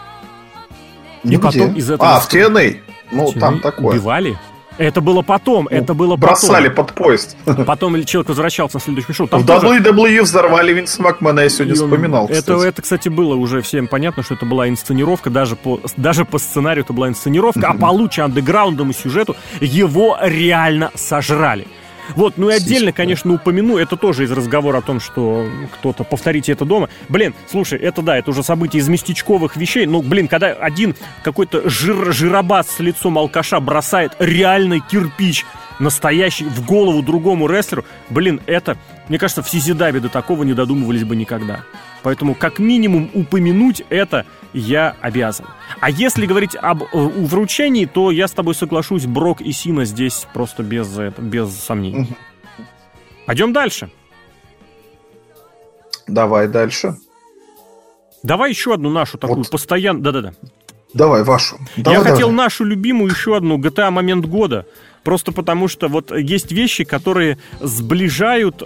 Нигде. И потом из этого... в TNA. Там такое. Убивали? Это было потом, бросали под поезд. Потом человек возвращался на следующий шоу. В WWE взорвали Винса Макмена, я сегодня вспоминал, кстати. Это, кстати, было уже всем понятно, что это была инсценировка, даже по сценарию это была инсценировка, а по лучше андеграундному сюжету его реально сожрали. Вот, и отдельно, конечно, упомяну, это тоже из разговора о том, что кто-то, повторите это дома. Слушай, это уже событие из местечковых вещей, когда один какой-то жиробас с лицом алкаша бросает реальный кирпич настоящий в голову другому рестлеру, это, мне кажется, в Сизидаве до такого не додумывались бы никогда. Поэтому, как минимум, упомянуть это я обязан. А если говорить об вручении, то я с тобой соглашусь, Брок и Сина здесь просто без сомнений. Пойдем дальше. Давай дальше. Давай еще одну нашу такую постоянную... Да-да-да. Давай, вашу. Я хотел нашу любимую еще одну GTA момент года. Просто потому что есть вещи, которые сближают,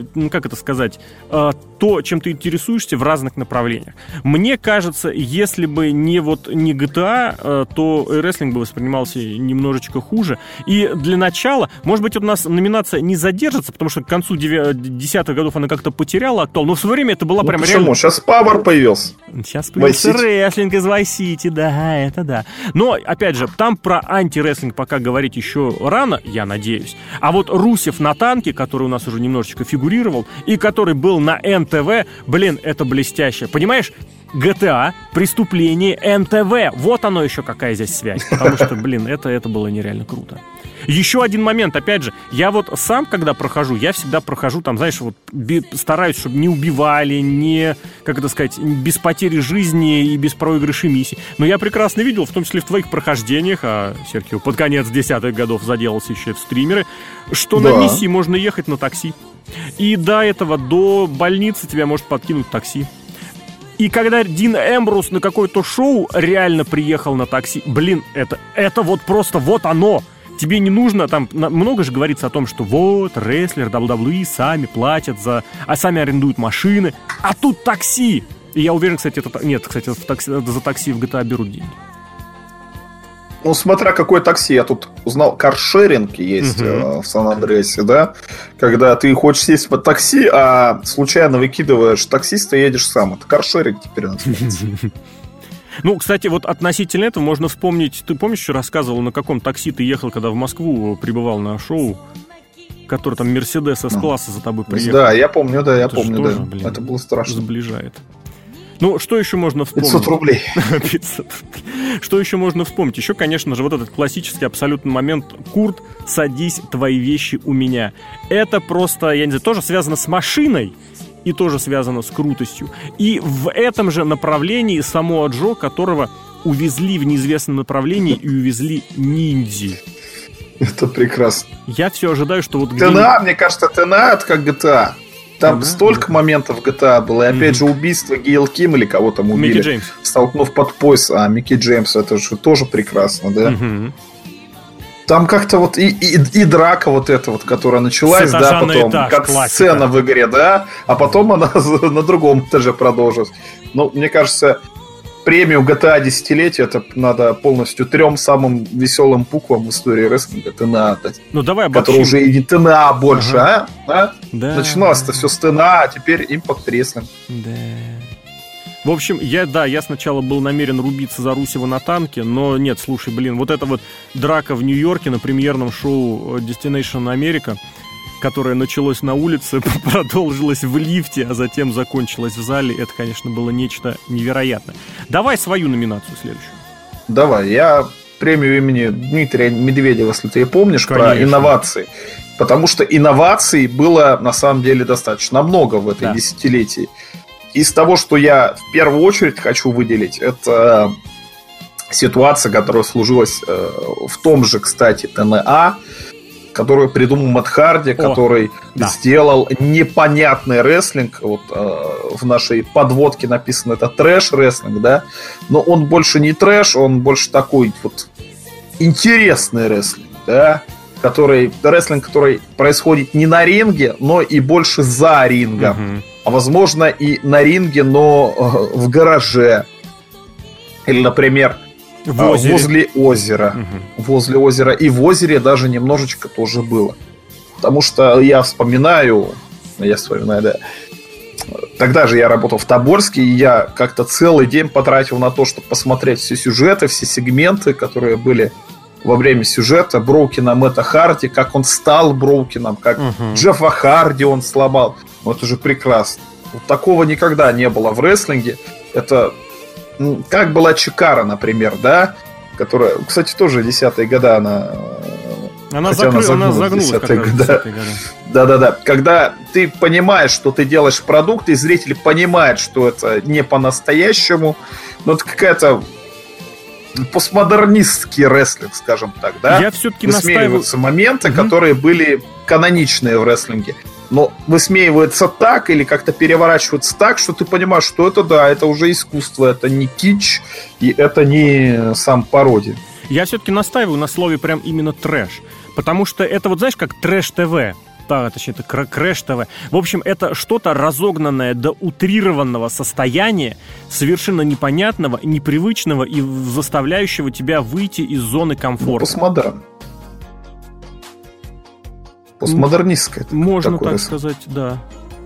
то, чем ты интересуешься в разных направлениях. Мне кажется, если бы не GTA, то рестлинг бы воспринимался немножечко хуже. И для начала, может быть, у нас номинация не задержится, потому что к концу 10-х годов она как-то потеряла актуал, но в свое время это была прям реально... Почему? Сейчас Power появился. Сейчас появился рестлинг из Vice City, да, это да. Но, опять же, там про антирестлинг пока говорить еще рано, я надеюсь. А вот Русев на танке, который у нас уже немножечко фигурировал, и который был на НТВ, это блестяще. Понимаешь? GTA, преступление, НТВ. Вот оно еще какая здесь связь. Потому что, это было нереально круто. Еще один момент, опять же, я сам, когда прохожу, я всегда прохожу, стараюсь, чтобы не убивали, без потери жизни и без проигрышей миссий. Но я прекрасно видел, в том числе в твоих прохождениях, а Серхио под конец 10-х годов заделался еще и в стримеры, что на миссии можно ехать на такси. И до больницы тебя может подкинуть такси. И когда Дин Эмброуз на какое-то шоу реально приехал на такси, это просто оно. Тебе не нужно, много же говорится о том, что рестлер, WWE сами платят а сами арендуют машины, а тут такси. И я уверен, кстати, за такси в GTA берут деньги. Смотря какое такси, я тут узнал, каршеринг есть в Сан-Андреасе, да, когда ты хочешь сесть под такси, а случайно выкидываешь таксиста и едешь сам. Это каршеринг теперь называется. Кстати, относительно этого можно вспомнить, ты помнишь, что рассказывал, на каком такси ты ехал, когда в Москву прибывал на шоу, который там Мерседес С-класса за тобой приехал? Да, я помню, да. Это было страшно. Сближает. Ну, что еще можно вспомнить? 500 рублей. 500. Что еще можно вспомнить? Еще, конечно же, вот этот классический абсолютный момент: Курт, садись, твои вещи у меня. Это просто, я не знаю, тоже связано с машиной и тоже связано с крутостью. И в этом же направлении Самоа Джо, которого увезли в неизвестном направлении и увезли ниндзя. Это прекрасно. Я все ожидаю, что вот... ТНА, мне кажется, ТНА это как GTA. Там столько моментов в GTA было. И опять же убийство Гейл Ким или кого там убили, Микки Джеймс. столкнув под пояс. Микки Джеймс, это же тоже прекрасно, да? Там как-то вот и драка вот эта вот, которая началась, да, потом как сцена в игре, да, а потом она на другом этаже продолжилась. Ну, мне кажется, премию GTA десятилетия это надо полностью 3 самым веселым буквам в истории рестлинга ТНА отдать. Ну, давай обобщим. Который уже и не ТНА больше, Да? Начиналось-то все с ТНА, а теперь Impact Wrestling. Да. В общем, я сначала был намерен рубиться за Русева на танке, но нет, слушай, вот эта вот драка в Нью-Йорке на премьерном шоу Destination America, которое началось на улице, продолжилось в лифте, а затем закончилось в зале, это, конечно, было нечто невероятное. Давай свою номинацию следующую. Давай, я премию имени Дмитрия Медведева, если ты помнишь, конечно, про инновации. Потому что инноваций было, на самом деле, достаточно много в этой десятилетии. Из того, что я в первую очередь хочу выделить, это ситуация, которая сложилась в том же, кстати, ТНА, которую придумал Мэтт Харди, который сделал непонятный рестлинг. Вот в нашей подводке написано, это трэш-рестлинг, да? Но он больше не трэш, он больше такой вот интересный рестлинг, да? Рестлинг, который происходит не на ринге, но и больше за рингом. А возможно и на ринге, но в гараже. Или, например, возле озера. Возле озера. И в озере даже немножечко тоже было. Потому что я вспоминаю, да. Тогда же я работал в Тобольске, и я как-то целый день потратил на то, чтобы посмотреть все сюжеты, все сегменты, которые были во время сюжета Броукена Мэтта Харди, как он стал Броукеном, как Джеффа Харди он сломал. Ну, это же прекрасно. Вот такого никогда не было в рестлинге. Это как была Чикара, например, да? Которая, кстати, тоже 10-е годы она загнулась как раз в 10-е годы. Да-да-да. Когда ты понимаешь, что ты делаешь продукт, и зритель понимает, что это не по-настоящему, но это какая-то постмодернистский рестлинг, скажем так, да? Я все-таки высмеиваются моменты, которые были каноничные в рестлинге. Но высмеивается так или как-то переворачивается так, что ты понимаешь, что это уже искусство, это не кич, и это не сам пародия. Я все-таки настаиваю на слове прям именно трэш, потому что это вот, знаешь, как трэш-ТВ. Да, точнее, это крэш-ТВ. В общем, это что-то разогнанное до утрированного состояния, совершенно непонятного, непривычного и заставляющего тебя выйти из зоны комфорта. Постмодерн. Постмодернистское. Можно так сказать, да.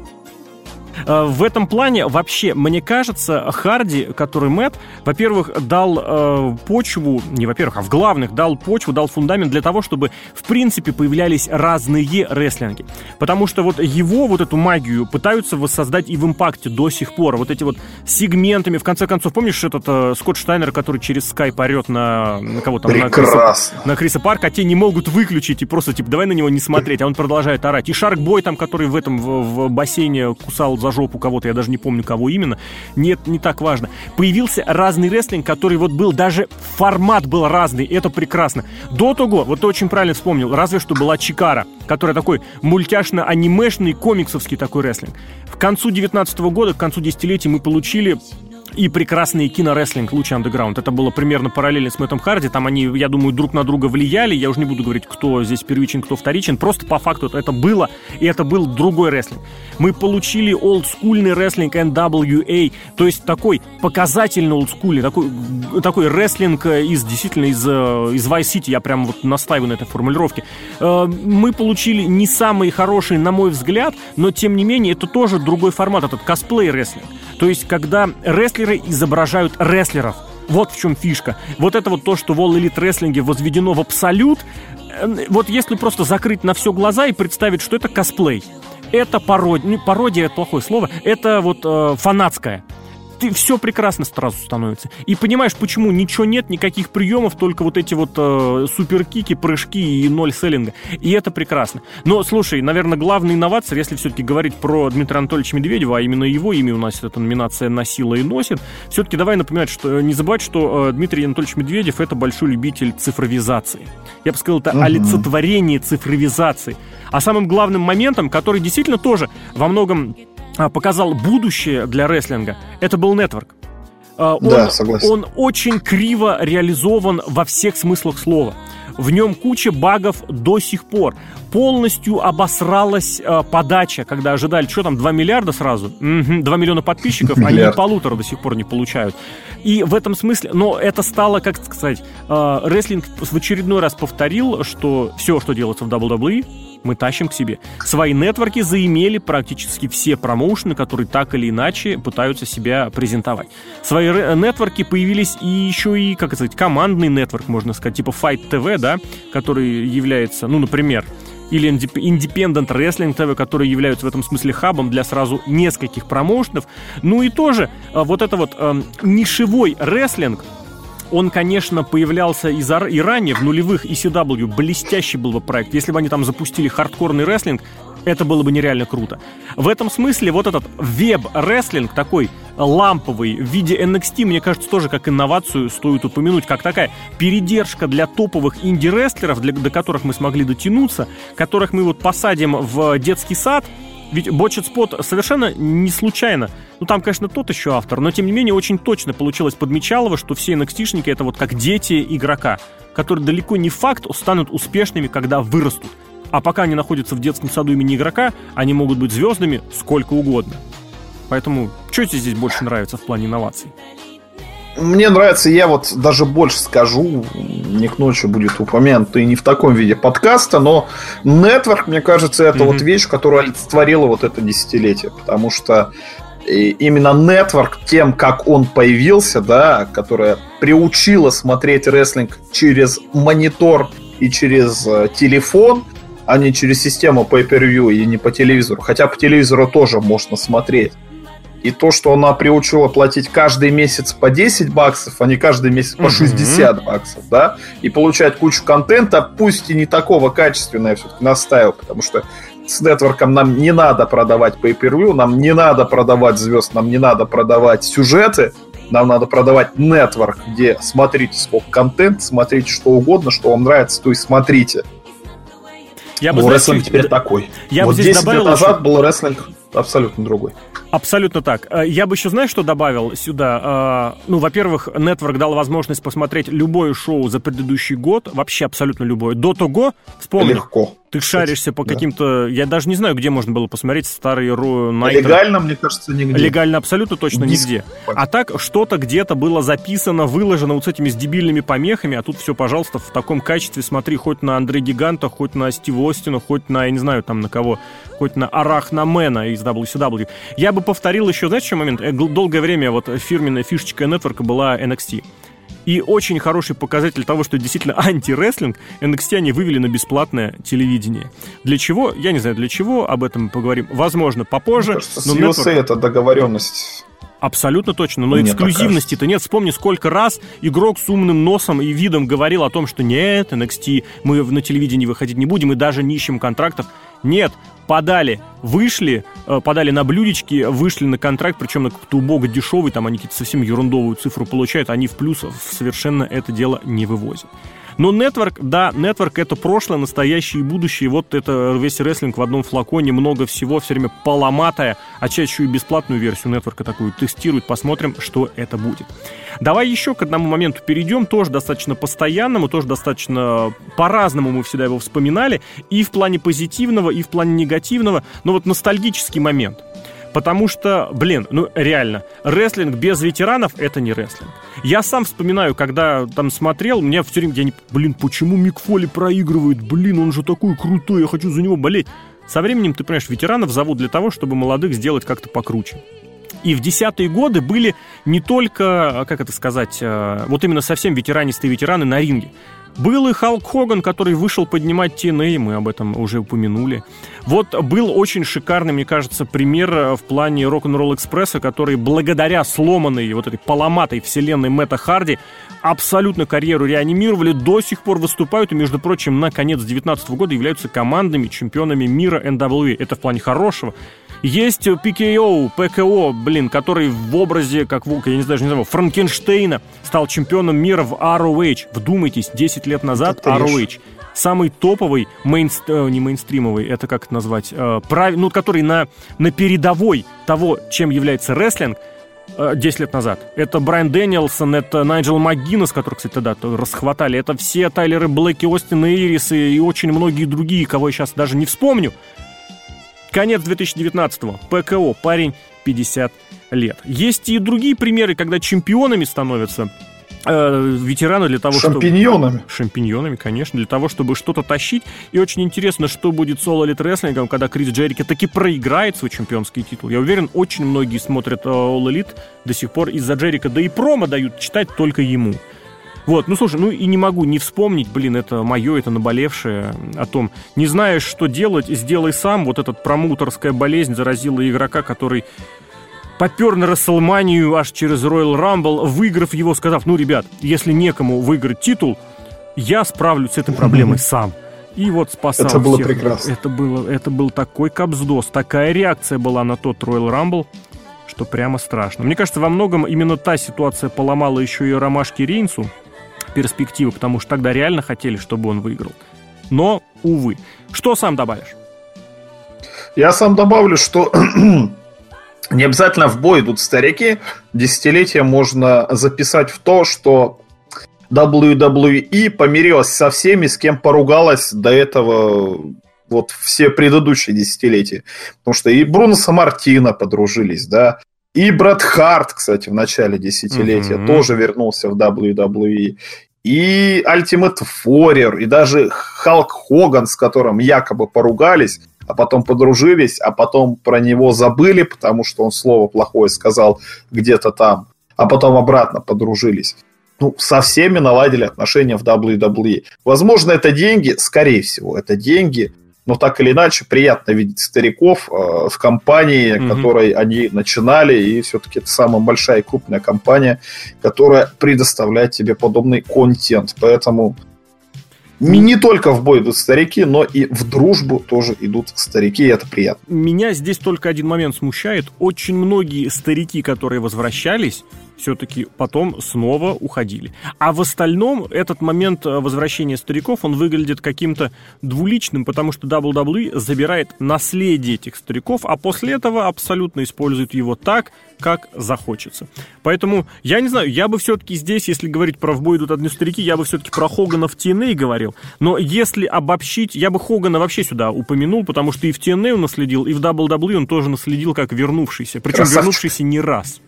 В этом плане, вообще, мне кажется, Харди, который Мэтт, во-первых, дал почву, не во-первых, а в главных дал почву, дал фундамент для того, чтобы, в принципе, появлялись разные рестлинги. Потому что вот его, вот эту магию пытаются воссоздать и в Импакте до сих пор. Вот эти вот сегментами, в конце концов, помнишь этот Скотт Штайнер, который через скайп орет на кого там? На Криса Парка, а те не могут выключить и просто, типа, давай на него не смотреть, а он продолжает орать. И Шаркбой там, который в бассейне кусал за жопу кого-то, я даже не помню, кого именно. Нет, не так важно. Появился разный рестлинг, который вот был, даже формат был разный, это прекрасно. До того, вот ты очень правильно вспомнил, разве что была Чикара, которая такой мультяшно-анимешный, комиксовский такой рестлинг. К концу 19-го года, к концу десятилетия мы получили и прекрасный кинорестлинг «Луч Андеграунд». Это было примерно параллельно с Мэттом Харди. Там они, я думаю, друг на друга влияли. Я уже не буду говорить, кто здесь первичен, кто вторичен. Просто по факту это было, и это был другой рестлинг. Мы получили олдскульный рестлинг NWA, то есть такой показательный олдскульный, такой рестлинг действительно из Vice City. Я прям вот настаиваю на этой формулировке. Мы получили не самый хороший, на мой взгляд, но тем не менее это тоже другой формат, этот косплей-рестлинг. То есть когда рестлеры изображают рестлеров. Вот в чем фишка. Вот это вот то, что в All Elite рестлинге возведено в абсолют. Вот если просто закрыть на все глаза и представить, что это косплей. Это пародия, пародия — это плохое слово. Это вот фанатская. ты все прекрасно сразу становится. И понимаешь, почему ничего нет, никаких приемов, только вот эти вот суперкики, прыжки и 0 селлинга. И это прекрасно. Но, слушай, наверное, главная инновация, если все-таки говорить про Дмитрия Анатольевича Медведева, а именно его имя у нас эта номинация носила и носит, все-таки давай напоминать, что не забывать, что Дмитрий Анатольевич Медведев — это большой любитель цифровизации. Я бы сказал, это олицетворение цифровизации. А самым главным моментом, который действительно тоже во многом показал будущее для рестлинга, это был нетворк. Да, согласен. Он очень криво реализован во всех смыслах слова. В нем куча багов до сих пор. Полностью обосралась подача, когда ожидали, что там, 2 миллиарда сразу? 2 миллиона подписчиков, они и полутора до сих пор не получают. И в этом смысле, но это стало, как сказать, рестлинг в очередной раз повторил, что все, что делается в WWE, мы тащим к себе. Свои нетворки заимели практически все промоушены, которые так или иначе пытаются себя презентовать. Свои нетворки появились и еще и, как сказать, командный нетворк, можно сказать, типа Fight TV, да, который является, ну, например, или Independent Wrestling TV, которые являются в этом смысле хабом для сразу нескольких промоушенов. Ну и тоже вот это вот нишевой рестлинг, он, конечно, появлялся и ранее, в нулевых, ECW, блестящий был бы проект. Если бы они там запустили хардкорный рестлинг, это было бы нереально круто. В этом смысле вот этот веб-рестлинг, такой ламповый, в виде NXT, мне кажется, тоже как инновацию стоит упомянуть, как такая передержка для топовых инди-рестлеров, до которых мы смогли дотянуться, которых мы вот посадим в детский сад. Ведь Botched Spot совершенно не случайно. Ну, там, конечно, тот еще автор, но, тем не менее, очень точно получилось подмечалово, что все NXT-шники — это вот как дети игрока, которые далеко не факт станут успешными, когда вырастут. А пока они находятся в детском саду имени игрока, они могут быть звездами сколько угодно. Поэтому, что тебе здесь больше нравится в плане инноваций? Мне нравится, я вот даже больше скажу, не к ночи будет упомянут, и не в таком виде подкаста, но нетворк, мне кажется, это вот вещь, которая олицетворила вот это десятилетие, потому что именно нетворк, тем, как он появился, да, которая приучила смотреть рестлинг через монитор и через телефон, а не через систему pay-per-view и не по телевизору, хотя по телевизору тоже можно смотреть. И то, что она приучила платить каждый месяц по $10, а не каждый месяц по $60, да, и получать кучу контента, пусть и не такого качественного, я все-таки настаиваю, потому что с нетворком нам не надо продавать pay-per-view, нам не надо продавать звезд, нам не надо продавать сюжеты, нам надо продавать нетворк, где смотрите сколько контент, смотрите что угодно, что вам нравится, то и смотрите. Рестлинг теперь такой. Вот 10 лет назад был рестлинг абсолютно другой. Абсолютно так. Я бы еще, знаешь, что добавил сюда? Ну, во-первых, Network дал возможность посмотреть любое шоу за предыдущий год, вообще абсолютно любое. До того, вспомни. Легко. Ты шаришься по каким-то... Я даже не знаю, где можно было посмотреть старые Ро Найтро. Легально, мне кажется, нигде. Легально абсолютно точно нигде. А так что-то где-то было записано, выложено вот с этими дебильными помехами, а тут все, пожалуйста, в таком качестве смотри хоть на Андре Гиганта, хоть на Стива Остина, хоть на, я не знаю, там на кого, хоть на Арахнамена из WCW. Я бы повторил еще, знаете, что момент? Долгое время вот фирменная фишечка Network была NXT. И очень хороший показатель того, что действительно анти-рестлинг, NXT они вывели на бесплатное телевидение. Для чего? Я не знаю, для чего, об этом мы поговорим. Возможно, попозже. Мне кажется, с USA это договоренность. Абсолютно точно, но эксклюзивности-то нет. Вспомни, сколько раз игрок с умным носом и видом говорил о том, что нет, NXT, мы на телевидении выходить не будем и даже не ищем контрактов. Нет, подали, вышли, подали на блюдечки, вышли на контракт, причем на какой-то убого дешевый, там они какие-то совсем ерундовую цифру получают, они в плюс совершенно это дело не вывозят. Но Network, да, Network — это прошлое, настоящее и будущее. Вот это весь рестлинг в одном флаконе, много всего, все время поломатое, а чаще и бесплатную версию Network такую тестируют, посмотрим, что это будет. Давай еще к одному моменту перейдем, тоже достаточно постоянному, тоже достаточно по-разному мы всегда его вспоминали, и в плане позитивного, и в плане негативного, но вот ностальгический момент. Потому что, ну реально, рестлинг без ветеранов — это не рестлинг. Я сам вспоминаю, когда там смотрел, меня все время, почему Мик Фоли проигрывает? Он же такой крутой, я хочу за него болеть. Со временем, ты понимаешь, ветеранов зовут для того, чтобы молодых сделать как-то покруче. И в 10-е годы были не только, как это сказать, вот именно совсем ветеранистые ветераны на ринге. Был и Халк Хоган, который вышел поднимать TNA, мы об этом уже упомянули. Вот был очень шикарный, мне кажется, пример в плане Рок-н-ролл Экспресса, который благодаря сломанной вот этой поломатой вселенной Мэтта Харди абсолютно карьеру реанимировали, до сих пор выступают и, между прочим, на конец 2019 года являются командными чемпионами мира NWA. Это в плане хорошего. Есть PKO, который в образе, как, я не знаю, Франкенштейна стал чемпионом мира в ROH. Вдумайтесь, 10 лет назад ROH. Самый топовый, не мейнстримовый, это как это назвать, который на передовой того, чем является рестлинг, 10 лет назад. Это Брайан Дэнилсон, это Найджел МакГиннес, который, кстати, тогда расхватали. Это все Тайлеры Блэки, Остины Эйрисы и очень многие другие, кого я сейчас даже не вспомню. Конец 2019-го. ПКО. Парень 50 лет. Есть и другие примеры, когда чемпионами становятся ветераны для того, чтобы... Шампиньонами, конечно, для того, чтобы что-то тащить. И очень интересно, что будет с All Elite Wrestling, когда Крис Джерико таки проиграет свой чемпионский титул. Я уверен, очень многие смотрят All Elite до сих пор из-за Джерико, да и промо дают читать только ему. Вот, слушай, и не могу не вспомнить, это мое, это наболевшее, о том, не знаешь, что делать, сделай сам. Вот эта промоутерская болезнь заразила игрока, который попер на Расселманию аж через Royal Rumble, выиграв его, сказав, ребят, если некому выиграть титул, я справлюсь с этой проблемой сам. И вот спасал всех. Это было прекрасно. Это был такой капсдос, такая реакция была на тот Royal Rumble, что прямо страшно. Мне кажется, во многом именно та ситуация поломала еще и Ромашке Рейнсу перспективы, потому что тогда реально хотели, чтобы он выиграл. Но, увы. Что сам добавишь? Я сам добавлю, что не обязательно в бой идут старики. Десятилетия можно записать в то, что WWE помирилась со всеми, с кем поругалась до этого вот все предыдущие десятилетия. Потому что и Бруно Саммартино подружились, да, и Брэд Харт, кстати, в начале десятилетия тоже вернулся в WWE. И Ultimate Warrior, и даже Халк Хоган, с которым якобы поругались, а потом подружились, а потом про него забыли, потому что он слово плохое сказал где-то там, а потом обратно подружились. Со всеми наладили отношения в WWE. Возможно, это деньги, скорее всего, это деньги, но так или иначе приятно видеть стариков в компании, которой они начинали, и все-таки это самая большая и крупная компания, которая предоставляет тебе подобный контент. Поэтому не только в бой идут старики, но и в дружбу тоже идут старики, и это приятно. Меня здесь только один момент смущает. Очень многие старики, которые возвращались, все-таки потом снова уходили. А в остальном этот момент возвращения стариков, он выглядит каким-то двуличным, потому что WWE забирает наследие этих стариков, а после этого абсолютно использует его так, как захочется. Поэтому, я не знаю, я бы все-таки здесь, если говорить про «в бой идут одни старики», я бы все-таки про Хогана в TNA говорил. Но если обобщить, я бы Хогана вообще сюда упомянул, потому что и в TNA он наследил, и в WWE он тоже наследил как вернувшийся. Причем вернувшийся не раз.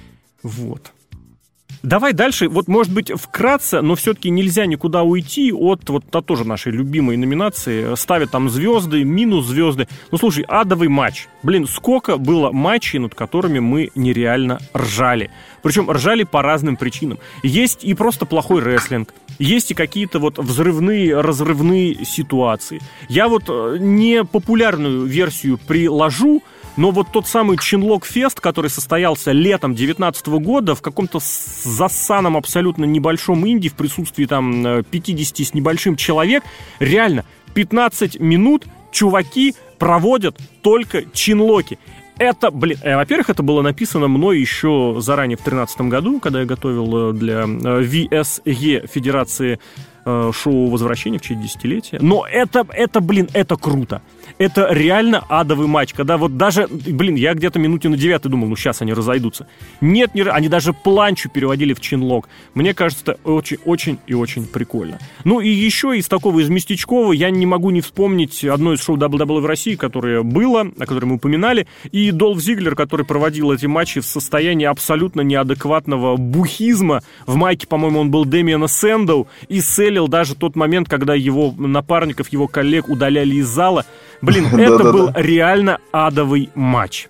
Вот. Давай дальше, вот может быть вкратце, но все-таки нельзя никуда уйти от тоже нашей любимой номинации. Ставят там звезды, минус звезды. Слушай, адовый матч. Сколько было матчей, над которыми мы нереально ржали. Причем ржали по разным причинам. Есть и просто плохой рестлинг. Есть и какие-то взрывные, разрывные ситуации. Я не популярную версию приложу, но тот самый Чинлок-фест, который состоялся летом 2019 года в каком-то засаном абсолютно небольшом инди в присутствии 50 с небольшим человек, реально 15 минут чуваки проводят только чинлоки. Это, во-первых, это было написано мной еще заранее в 2013 году, когда я готовил для VSE Федерации шоу «Возвращение» в честь десятилетия. Но это круто. Это реально адовый матч. Когда даже, я где-то минуте на 9 думал, сейчас они разойдутся. Нет, они даже планчу переводили в чинлок. Мне кажется, это очень-очень и очень прикольно. И еще из такого, из местечкового, я не могу не вспомнить одно из шоу WWE в России, которое было, о котором мы упоминали, и Долф Зиглер, который проводил эти матчи в состоянии абсолютно неадекватного бухизма. В майке, по-моему, он был Дэмиана Сэндоу и селил даже тот момент, когда его напарников, его коллег удаляли из зала. Это был реально адовый матч.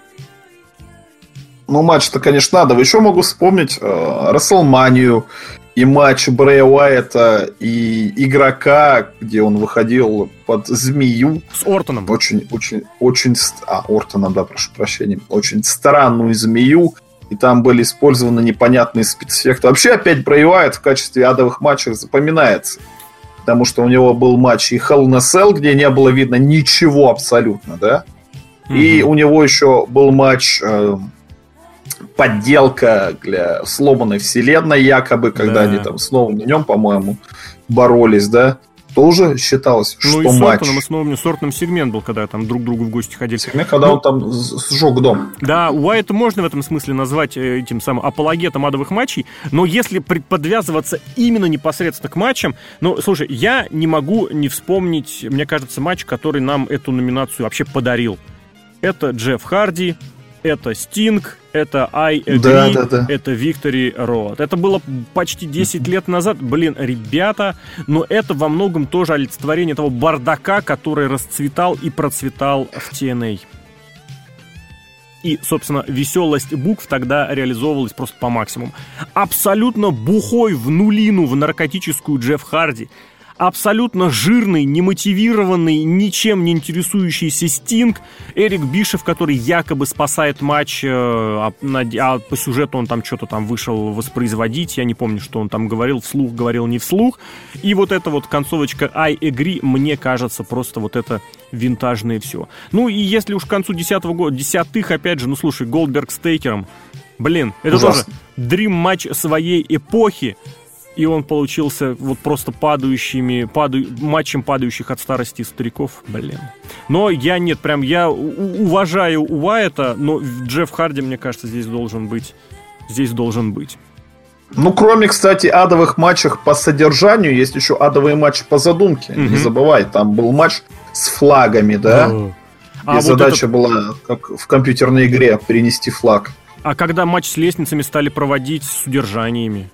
Матч-то, конечно, адовый. Еще могу вспомнить Расселманию и матч Брэя Уайта и игрока, где он выходил под змею. С Ортоном. Ортоном, да, прошу прощения. Очень странную змею. И там были использованы непонятные спецэффекты. Вообще, опять Брэй Уайт в качестве адовых матчей запоминается. Потому что у него был матч и Hell in a Cell, где не было видно ничего абсолютно, да? И у него еще был матч... подделка для сломанной вселенной, якобы, когда они там с новым днем, по-моему, боролись, да, тоже считалось, что матч. Ну и с Ортоном сегмент был, когда там друг к другу в гости ходили. Сегмент, когда он там сжег дом. Да, Уайта можно в этом смысле назвать этим самым апологетом адовых матчей, но если подвязываться именно непосредственно к матчам, ну, слушай, я не могу не вспомнить, мне кажется, матч, который нам эту номинацию вообще подарил. Это Джефф Харди, это Стинг, это I Agree, это Victory Road. Это было почти 10 лет назад. Блин, ребята, но это во многом тоже олицетворение того бардака, который расцветал и процветал в TNA. И, собственно, веселость букв тогда реализовывалась просто по максимуму. Абсолютно бухой в нулину, в наркотическую Джефф Харди. Абсолютно жирный, немотивированный, ничем не интересующийся Стинг, Эрик Бишев, который якобы спасает матч, а по сюжету он там что-то там вышел воспроизводить, я не помню, что он там говорил, вслух говорил, не вслух. И вот эта вот концовочка I Agree, мне кажется, просто вот это винтажное все. Ну и если уж к концу десятых, опять же, ну слушай, Голдберг с Тейкером, блин, это тоже дрим-матч своей эпохи. И он получился вот просто матчем падающих от старости стариков. Блин. Но я уважаю Уайта, но Джефф Харди, мне кажется, здесь должен быть. Ну, кроме, кстати, адовых матчей по содержанию, есть еще адовые матчи по задумке. Не забывай, там был матч с флагами, да? И задача была, как в компьютерной игре, перенести флаг. А когда матч с лестницами стали проводить с удержаниями?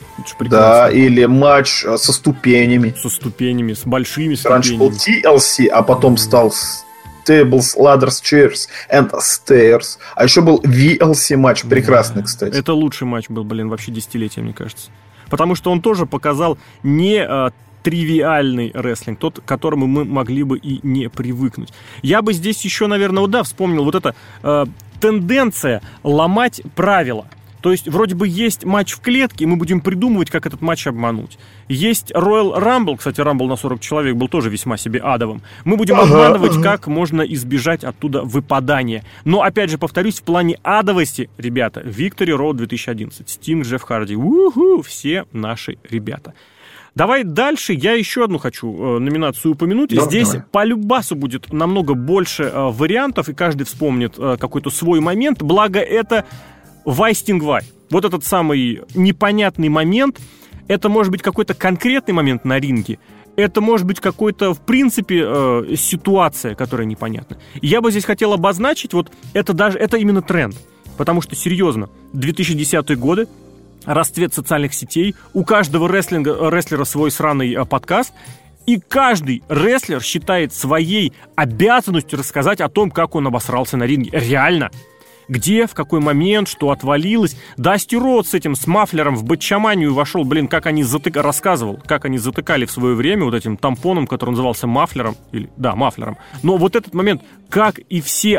Да, или матч со ступенями. С большими ступенями. Раньше был TLC, а потом стал Tables, Ladders, Chairs and Stairs. А еще был VLC матч, прекрасный, кстати. Это лучший матч был, вообще десятилетия, мне кажется. Потому что он тоже показал не тривиальный рестлинг, тот, к которому мы могли бы и не привыкнуть. Я бы здесь еще, наверное, вспомнил вот эта тенденция ломать правила. То есть, вроде бы есть матч в клетке, и мы будем придумывать, как этот матч обмануть. Есть Royal Rumble, кстати, Rumble на 40 человек был тоже весьма себе адовым. Мы будем обманывать, как можно избежать оттуда выпадания. Но, опять же, повторюсь, в плане адовости, ребята, Victory Road 2011, Стинг, Джефф Харди, все наши ребята. Давай дальше, я еще одну хочу номинацию упомянуть. Здесь по любасу будет намного больше вариантов, и каждый вспомнит какой-то свой момент, благо это... Вай Стинг Вай. Вот этот самый непонятный момент. Это может быть какой-то конкретный момент на ринге. Это может быть какой-то, в принципе, ситуация, которая непонятна. И я бы здесь хотел обозначить, вот это именно тренд. Потому что, серьезно, 2010-е годы, расцвет социальных сетей, у каждого рестлера свой сраный подкаст, и каждый рестлер считает своей обязанностью рассказать о том, как он обосрался на ринге. Реально. Где, в какой момент, что отвалилось. Дасти Роудс с этим, с мафлером в бэтчаманию вошел, рассказывал, как они затыкали в свое время вот этим тампоном, который назывался мафлером. Мафлером. Но вот этот момент, как и все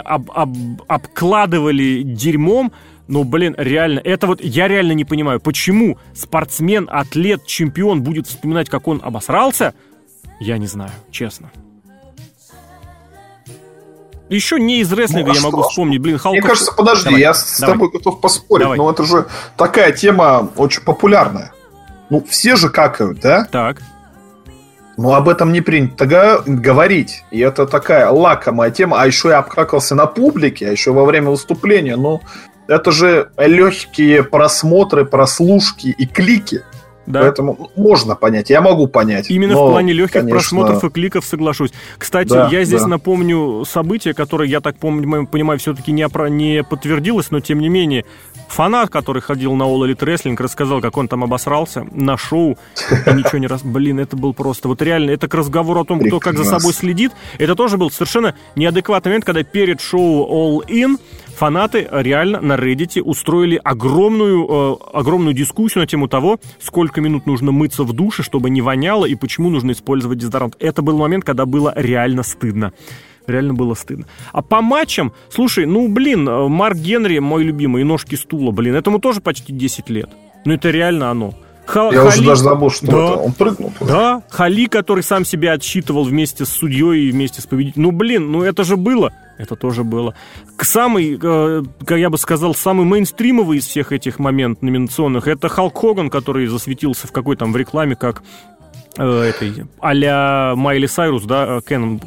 обкладывали дерьмом, реально, это вот я реально не понимаю, почему спортсмен, атлет, чемпион будет вспоминать, как он обосрался, я не знаю, честно. Еще не из рестлинга я могу вспомнить. Халк. Мне кажется, подожди, я с тобой готов поспорить, но это же такая тема очень популярная. Все же какают, да? Так. Об этом не принято говорить. И это такая лакомая тема. А еще я обкакался на публике, а еще во время выступления. Это же легкие просмотры, прослушки и клики. Да. Поэтому можно понять, я могу понять. Именно в плане легких просмотров и кликов соглашусь. Кстати, я здесь напомню событие, которое, я так понимаю, все-таки не подтвердилось, но тем не менее, фанат, который ходил на All Elite Wrestling, рассказал, как он там обосрался на шоу, и ничего не раз. Это был просто, вот реально, это к разговору о том, кто как за собой следит. Это тоже был совершенно неадекватный момент, когда перед шоу All In Фанаты реально на Reddit устроили огромную дискуссию на тему того, сколько минут нужно мыться в душе, чтобы не воняло, и почему нужно использовать дезодорант. Это был момент, когда было реально стыдно. Реально было стыдно. А по матчам, слушай, Марк Генри, мой любимый, и ножки стула, этому тоже почти 10 лет. Это реально оно. Я уже даже забыл, что это. Он прыгнул туда. Да, Хали, который сам себя отсчитывал вместе с судьей и вместе с победителем. Это же было. Это тоже было. Самый, я бы сказал, самый мейнстримовый из всех этих моментов номинационных, это Халк Хоган, который засветился в рекламе, как а-ля Майли Сайрус, да,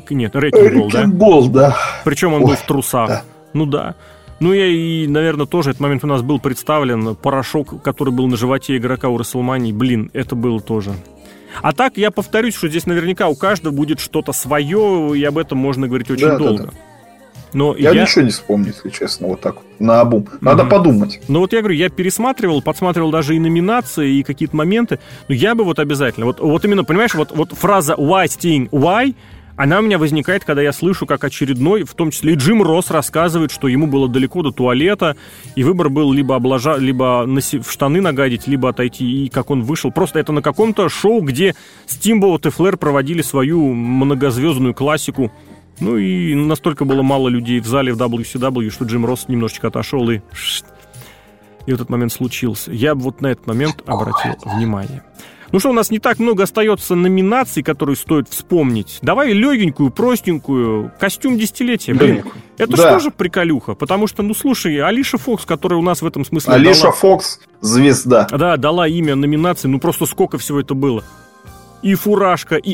Рекинг Болл, да. Причем он был в трусах. Да. Наверное, тоже этот момент у нас был представлен. Порошок, который был на животе игрока у WrestleMania, это было тоже. А так, я повторюсь, что здесь наверняка у каждого будет что-то свое, и об этом можно говорить очень долго. Да. Но я ничего не вспомню, если честно, вот так вот, наобум. Надо подумать. Я говорю, я подсматривал даже и номинации, и какие-то моменты, но я бы обязательно, вот именно, понимаешь, вот фраза «Why, Sting, why?» она у меня возникает, когда я слышу, как очередной, в том числе и Джим Росс рассказывает, что ему было далеко до туалета, и выбор был либо в штаны нагадить, либо отойти, и как он вышел. Просто это на каком-то шоу, где Стимбоут и Флэр проводили свою многозвездную классику. И настолько было мало людей в зале в WCW, что Джим Росс немножечко отошел, и этот момент случился. Я бы на этот момент обратил внимание. У нас не так много остается номинаций, которые стоит вспомнить. Давай легенькую, простенькую, костюм десятилетия. Это что же приколюха? Потому что, слушай, Алиша Фокс, которая у нас в этом смысле Алиша Фокс, звезда. Да, дала имя номинации, просто сколько всего это было. И фуражка, и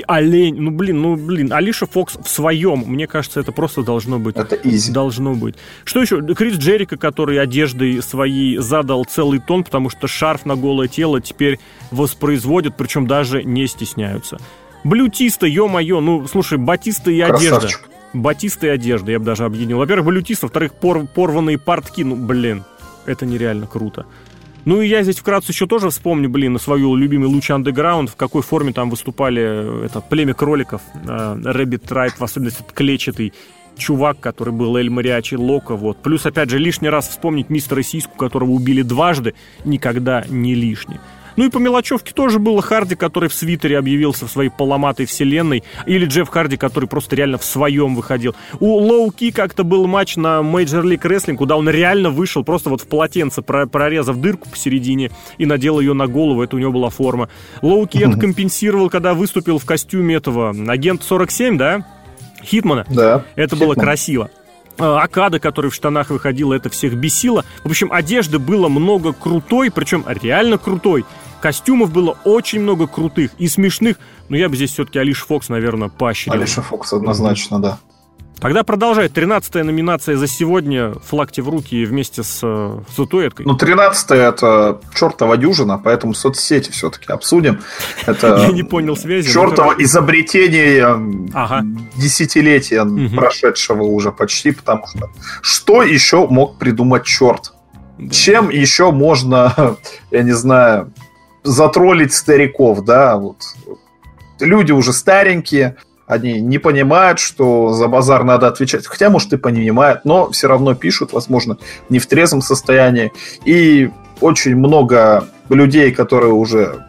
олень. Алиша Фокс в своем. Мне кажется, это просто должно быть. Это изи. Должно быть. Что еще? Крис Джерико, который одеждой своей задал целый тон, потому что шарф на голое тело теперь воспроизводят, причем даже не стесняются. Блютиста, ё-моё, слушай, Батиста и одежда. Красавчик. Батиста и одежда, я бы даже объединил. Во-первых, Блютиста, во-вторых, порванные портки. Это нереально круто. И я здесь вкратце еще тоже вспомню, свою любимый Lucha Underground, в какой форме там выступали племя кроликов, Rabbit Tribe, в особенности этот клетчатый чувак, который был Эль Мариачи Локо, Плюс, опять же, лишний раз вспомнить мистера Сиську, которого убили дважды, никогда не лишний. И по мелочевке тоже было Харди, который в свитере объявился в своей поломатой вселенной, или Джефф Харди, который просто реально в своем выходил. У Лоу Ки как-то был матч на Major League Wrestling, куда он реально вышел просто в полотенце, прорезав дырку посередине и надел ее на голову, это у него была форма. Лоу Ки это компенсировал, когда выступил в костюме этого агента 47, да? Хитмана. Да. Это было красиво. Окада, который в штанах выходил, это всех бесило. В общем, одежды было много крутой, причем реально крутой. Костюмов было очень много крутых и смешных. Но я бы здесь все-таки Алиша Фокс, наверное, поощрил. Алиша Фокс однозначно, да. Тогда продолжает. 13-я номинация за сегодня. Флагте в руки вместе с статуэткой. 13-я это чертова дюжина, поэтому соцсети все-таки обсудим. Это я не понял связи. Чертово изобретение десятилетия прошедшего уже почти, потому что еще мог придумать черт? Да. Чем еще можно, я не знаю, затроллить стариков, да? Люди уже старенькие, они не понимают, что за базар надо отвечать. Хотя, может, и понимают, но все равно пишут, возможно, не в трезвом состоянии. И очень много людей, которые уже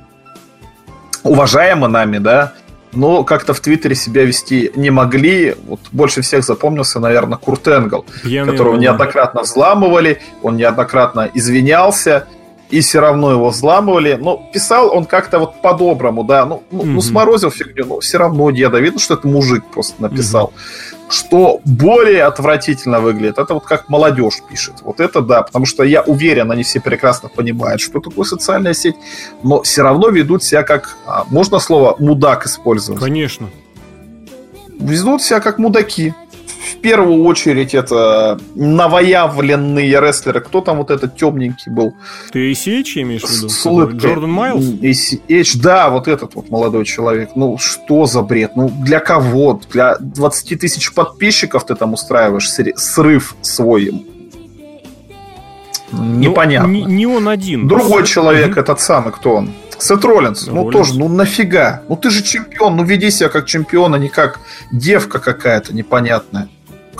уважаемы нами, да, но как-то в Твиттере себя вести не могли. Больше всех запомнился, наверное, Курт Энгл, которого неоднократно взламывали, он неоднократно извинялся, и все равно его взламывали. Но писал он как-то по-доброму, да. Сморозил фигню, но все равно деда. Видно, что это мужик просто написал. Что более отвратительно выглядит, это как молодежь пишет. Это да, потому что я уверен, они все прекрасно понимают, что такое социальная сеть, но все равно ведут себя как... Можно слово «мудак» использовать? Конечно. Ведут себя как мудаки. В первую очередь это новоявленные рестлеры. Кто там этот темненький был? Ты ACH имеешь в виду? Джордан Майлз? ACH, да, этот молодой человек. Что за бред? Для кого? Для 20 тысяч подписчиков ты там устраиваешь срыв свой? Непонятно. Не он один. Другой человек, этот самый, кто он? Сет Роллинс. Тоже, нафига? Ты же чемпион, веди себя как чемпион, а не как девка какая-то непонятная.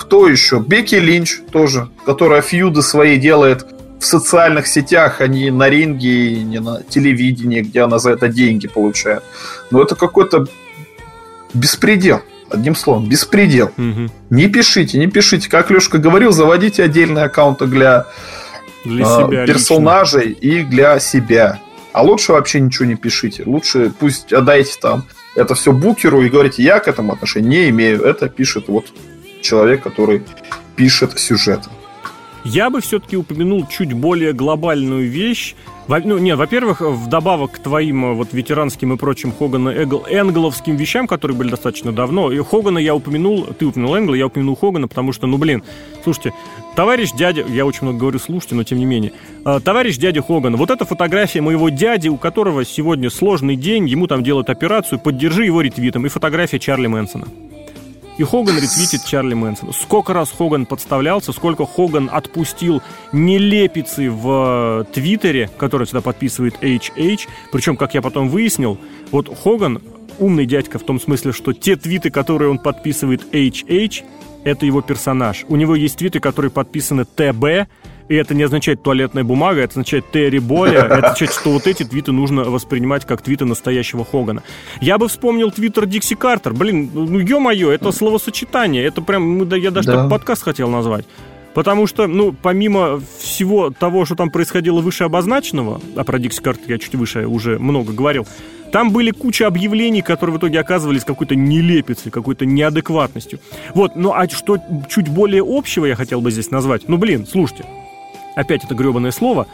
Кто еще? Бекки Линч тоже, которая фьюды свои делает в социальных сетях, а не на ринге, не на телевидении, где она за это деньги получает. Но это какой-то беспредел. Одним словом, беспредел. Не пишите. Как Лешка говорил, заводите отдельные аккаунты для себя персонажей лично. И для себя. А лучше вообще ничего не пишите. Лучше пусть отдайте там это все букеру и говорите, я к этому отношения не имею. Это пишет вот человек, который пишет сюжет. Я бы все-таки упомянул чуть более глобальную вещь. Во-первых, вдобавок к твоим вот ветеранским и прочим Хогана Энгловским вещам, которые были достаточно давно, и Хогана я упомянул, ты упомянул Энгла, я упомянул Хогана, потому что, слушайте, товарищ дядя, я очень много говорю слушайте, но тем не менее, товарищ дядя Хоган, вот эта фотография моего дяди, у которого сегодня сложный день, ему там делают операцию, поддержи его ретвитом, и фотография Чарли Мэнсона. И Хоган ретвитит Чарли Мэнсона. Сколько раз Хоган подставлялся, сколько Хоган отпустил нелепицы в Твиттере, который сюда подписывает HH. Причем, как я потом выяснил, вот Хоган умный дядька в том смысле, что те твиты, которые он подписывает HH, это его персонаж. У него есть твиты, которые подписаны ТБ, и это не означает туалетная бумага, это означает Терри Боля, это означает, что вот эти твиты нужно воспринимать как твиты настоящего Хогана. Я бы вспомнил твиттер Дикси Картер. Ё-моё, это словосочетание, это прям, я даже так подкаст хотел назвать. Потому что, помимо всего того, что там происходило выше обозначенного, а про Дикси Картер я чуть выше уже много говорил, там были куча объявлений, которые в итоге оказывались какой-то нелепицей, какой-то неадекватностью. Вот, а что чуть более общего я хотел бы здесь назвать? слушайте, опять это гребаное слово.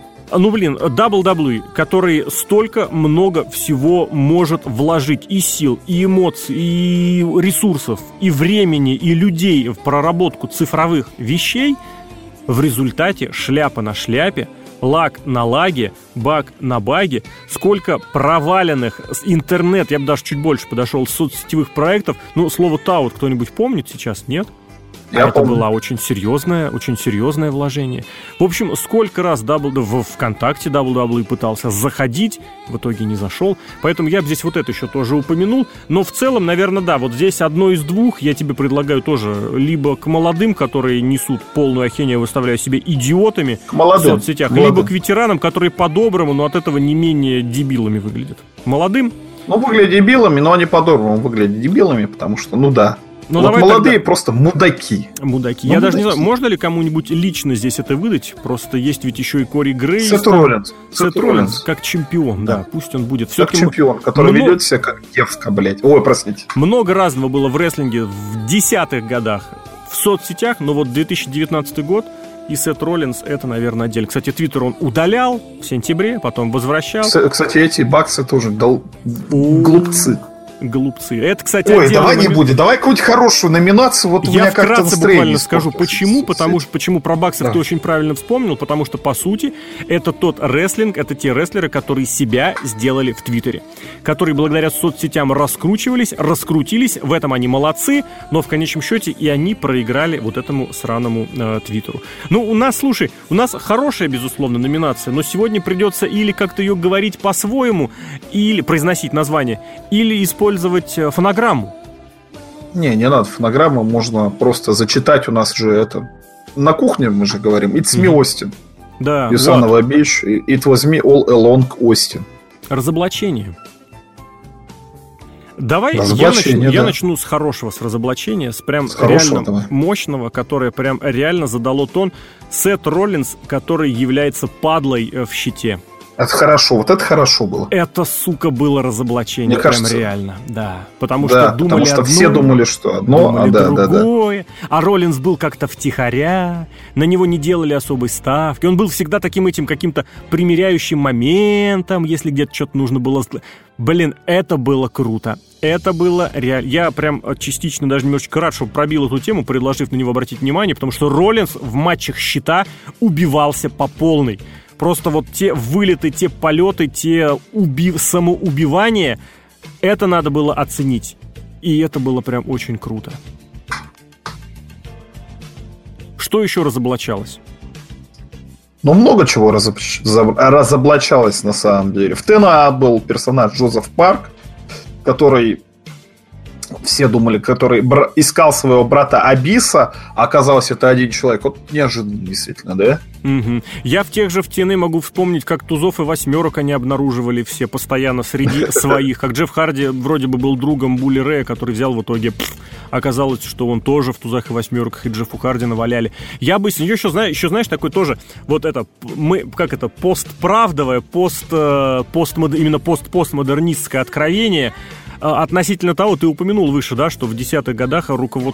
WWE, который столько много всего может вложить и сил, и эмоций, и ресурсов, и времени, и людей в проработку цифровых вещей, в результате шляпа на шляпе, лаг на лаге, баг на баге, сколько проваленных интернет, я бы даже чуть больше подошел, соцсетевых проектов. Слово «таут» кто-нибудь помнит сейчас, нет? Это было очень серьезное вложение. В общем, сколько раз в ВКонтакте WWE пытался заходить, в итоге не зашел. Поэтому я бы здесь вот это еще тоже упомянул. Но в целом, наверное, да, вот здесь одно из двух. Я тебе предлагаю тоже либо к молодым, которые несут полную ахинею, выставляя себя идиотами в соцсетях, либо к ветеранам, которые по-доброму, но от этого не менее дебилами выглядят. Молодым? Выглядят дебилами, но они по-доброму выглядят дебилами, потому что, молодые тогда просто мудаки. Я даже не знаю, можно ли кому-нибудь лично здесь это выдать. Просто есть ведь еще и Кори Грейс. Сет Роллинс. Как чемпион, да. Пусть он будет. Как чемпион, который ведет себя как девка, блядь. Ой, простите. Много разного было в рестлинге в 10-х годах в соцсетях, но вот 2019 год и Сет Роллинс это, наверное, отдельно. Кстати, Твиттер он удалял в сентябре, потом возвращал. Кстати, эти баксы тоже глупцы. Это, кстати, давай не будем. Давай какую-нибудь хорошую номинацию. Вот у меня как-то настроение. Я вкратце буквально скажу, почему про баксов ты очень правильно вспомнил. Потому что, по сути, это тот рестлинг, это те рестлеры, которые себя сделали в Твиттере. Которые благодаря соцсетям раскрутились. В этом они молодцы. Но в конечном счете и они проиграли вот этому сраному Твиттеру. У нас хорошая, безусловно, номинация. Но сегодня придется или как-то ее говорить по-своему, или произносить название, или использовать фонограмму. Не надо фонограмму, можно просто зачитать. У нас же это на кухне мы же говорим It's me, Austin. Да. Бесанова Бич, It was me all along, Austin. Разоблачение. Давай я начну с хорошего, с разоблачения, с прям реально мощного, которое прям реально задало тон. Сет Роллинс, который является падлой в щите. Это хорошо, вот это хорошо было. Это, сука, было разоблачение. Мне кажется, прям реально, да. Потому что все думали, что одно, другое. А Роллинс был как-то втихаря, на него не делали особой ставки. Он был всегда таким этим каким-то примиряющим моментом, если где-то что-то нужно было. Это было круто. Это было реально. Я прям частично даже немножечко рад, что пробил эту тему, предложив на него обратить внимание, потому что Роллинс в матчах щита убивался по полной. Просто вот те вылеты, те полеты, те самоубивания, это надо было оценить. И это было прям очень круто. Что еще разоблачалось? Много чего разоблачалось на самом деле. В ТНА был персонаж Джозеф Парк, который все думали, который искал своего брата Абиса, а оказалось, это один человек. Вот неожиданно, действительно, да? Угу. Я в тех же в TNA могу вспомнить, как тузов и восьмерок они обнаруживали все постоянно среди своих. Как Джефф Харди вроде бы был другом Булли Рэя, который взял в итоге... Оказалось, что он тоже в тузах и восьмерках, и Джеффу Харди наваляли. Я бы еще знаешь, такой тоже, вот это, постправдовое, именно постмодернистское откровение относительно того, ты упомянул выше, да, что в 10-х годах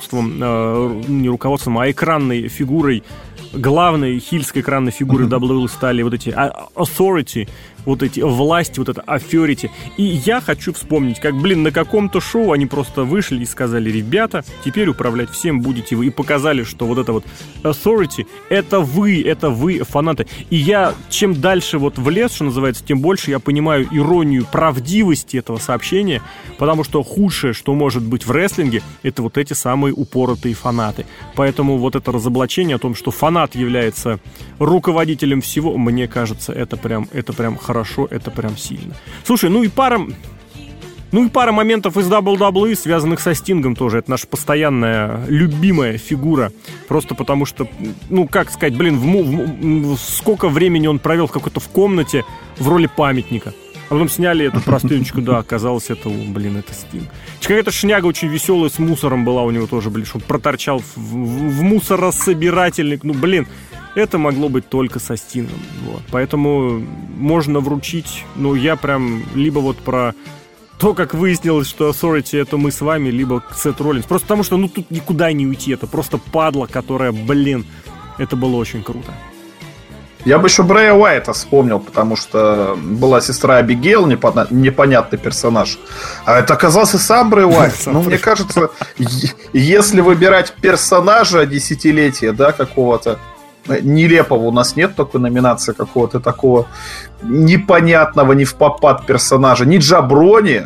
экранной фигурой, главной хильской экранной фигурой WWE стали вот эти authority, вот эти власти, вот это authority. И я хочу вспомнить, как, на каком-то шоу они просто вышли и сказали: ребята, теперь управлять всем будете вы. И показали, что вот это вот authority, это вы, фанаты. И я, чем дальше вот в лес, что называется, тем больше я понимаю иронию правдивости этого сообщения, потому что худшее, что может быть в рестлинге, это вот эти самые упоротые фанаты. Поэтому вот это разоблачение о том, что фанат является руководителем всего, мне кажется, это прям хорошо, это прям сильно. Слушай, и пара моментов из WWE, связанных со Стингом тоже. Это наша постоянная любимая фигура. Просто потому что, как сказать, сколько времени он провел в комнате в роли памятника. А потом сняли эту простыночку, да, оказалось, это Стинг. Какая-то шняга очень веселая с мусором была у него тоже, что он проторчал в мусорособирательник. Это могло быть только со Стингом. Вот. Поэтому можно вручить, я прям либо вот про то, как выяснилось, что Authority это мы с вами, либо Сет Роллинс. Просто потому что, тут никуда не уйти. Это просто падла, которая, это было очень круто. Я бы еще Брэя Уайта вспомнил, потому что была сестра Абигейл, непонятный персонаж. А это оказался сам Брэй Уайт. Мне кажется, если выбирать персонажа десятилетия, да, какого-то нелепого, у нас нет такой номинации какого-то такого непонятного, не впопад персонажа. Ни Джаброни.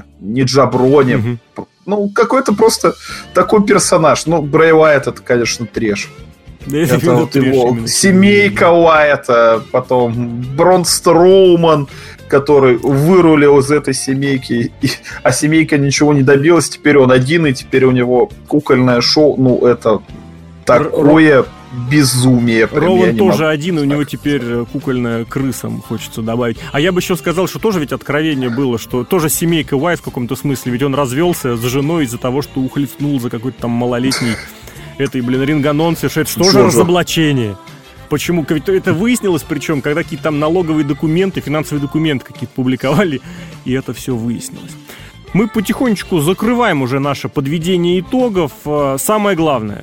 Какой-то просто такой персонаж. Брэй Уайт это, конечно, трэш. Это вот его семейка Уайта, потом Брон Строуман, который вырулил из этой семейки, а семейка ничего не добилась, теперь он один, и теперь у него кукольное шоу, это такое безумие. Ролан тоже один, и у него теперь кукольная крыса, хочется добавить. А я бы еще сказал, что тоже ведь откровение было, что тоже семейка Уайт в каком-то смысле, ведь он развелся с женой из-за того, что ухлестнул за какой-то там малолетний ринг-анонс, это что же разоблачение? Почему? Это выяснилось, причем, когда какие-то там налоговые документы, финансовые документы какие-то публиковали, и это все выяснилось. Мы потихонечку закрываем уже наше подведение итогов. Самый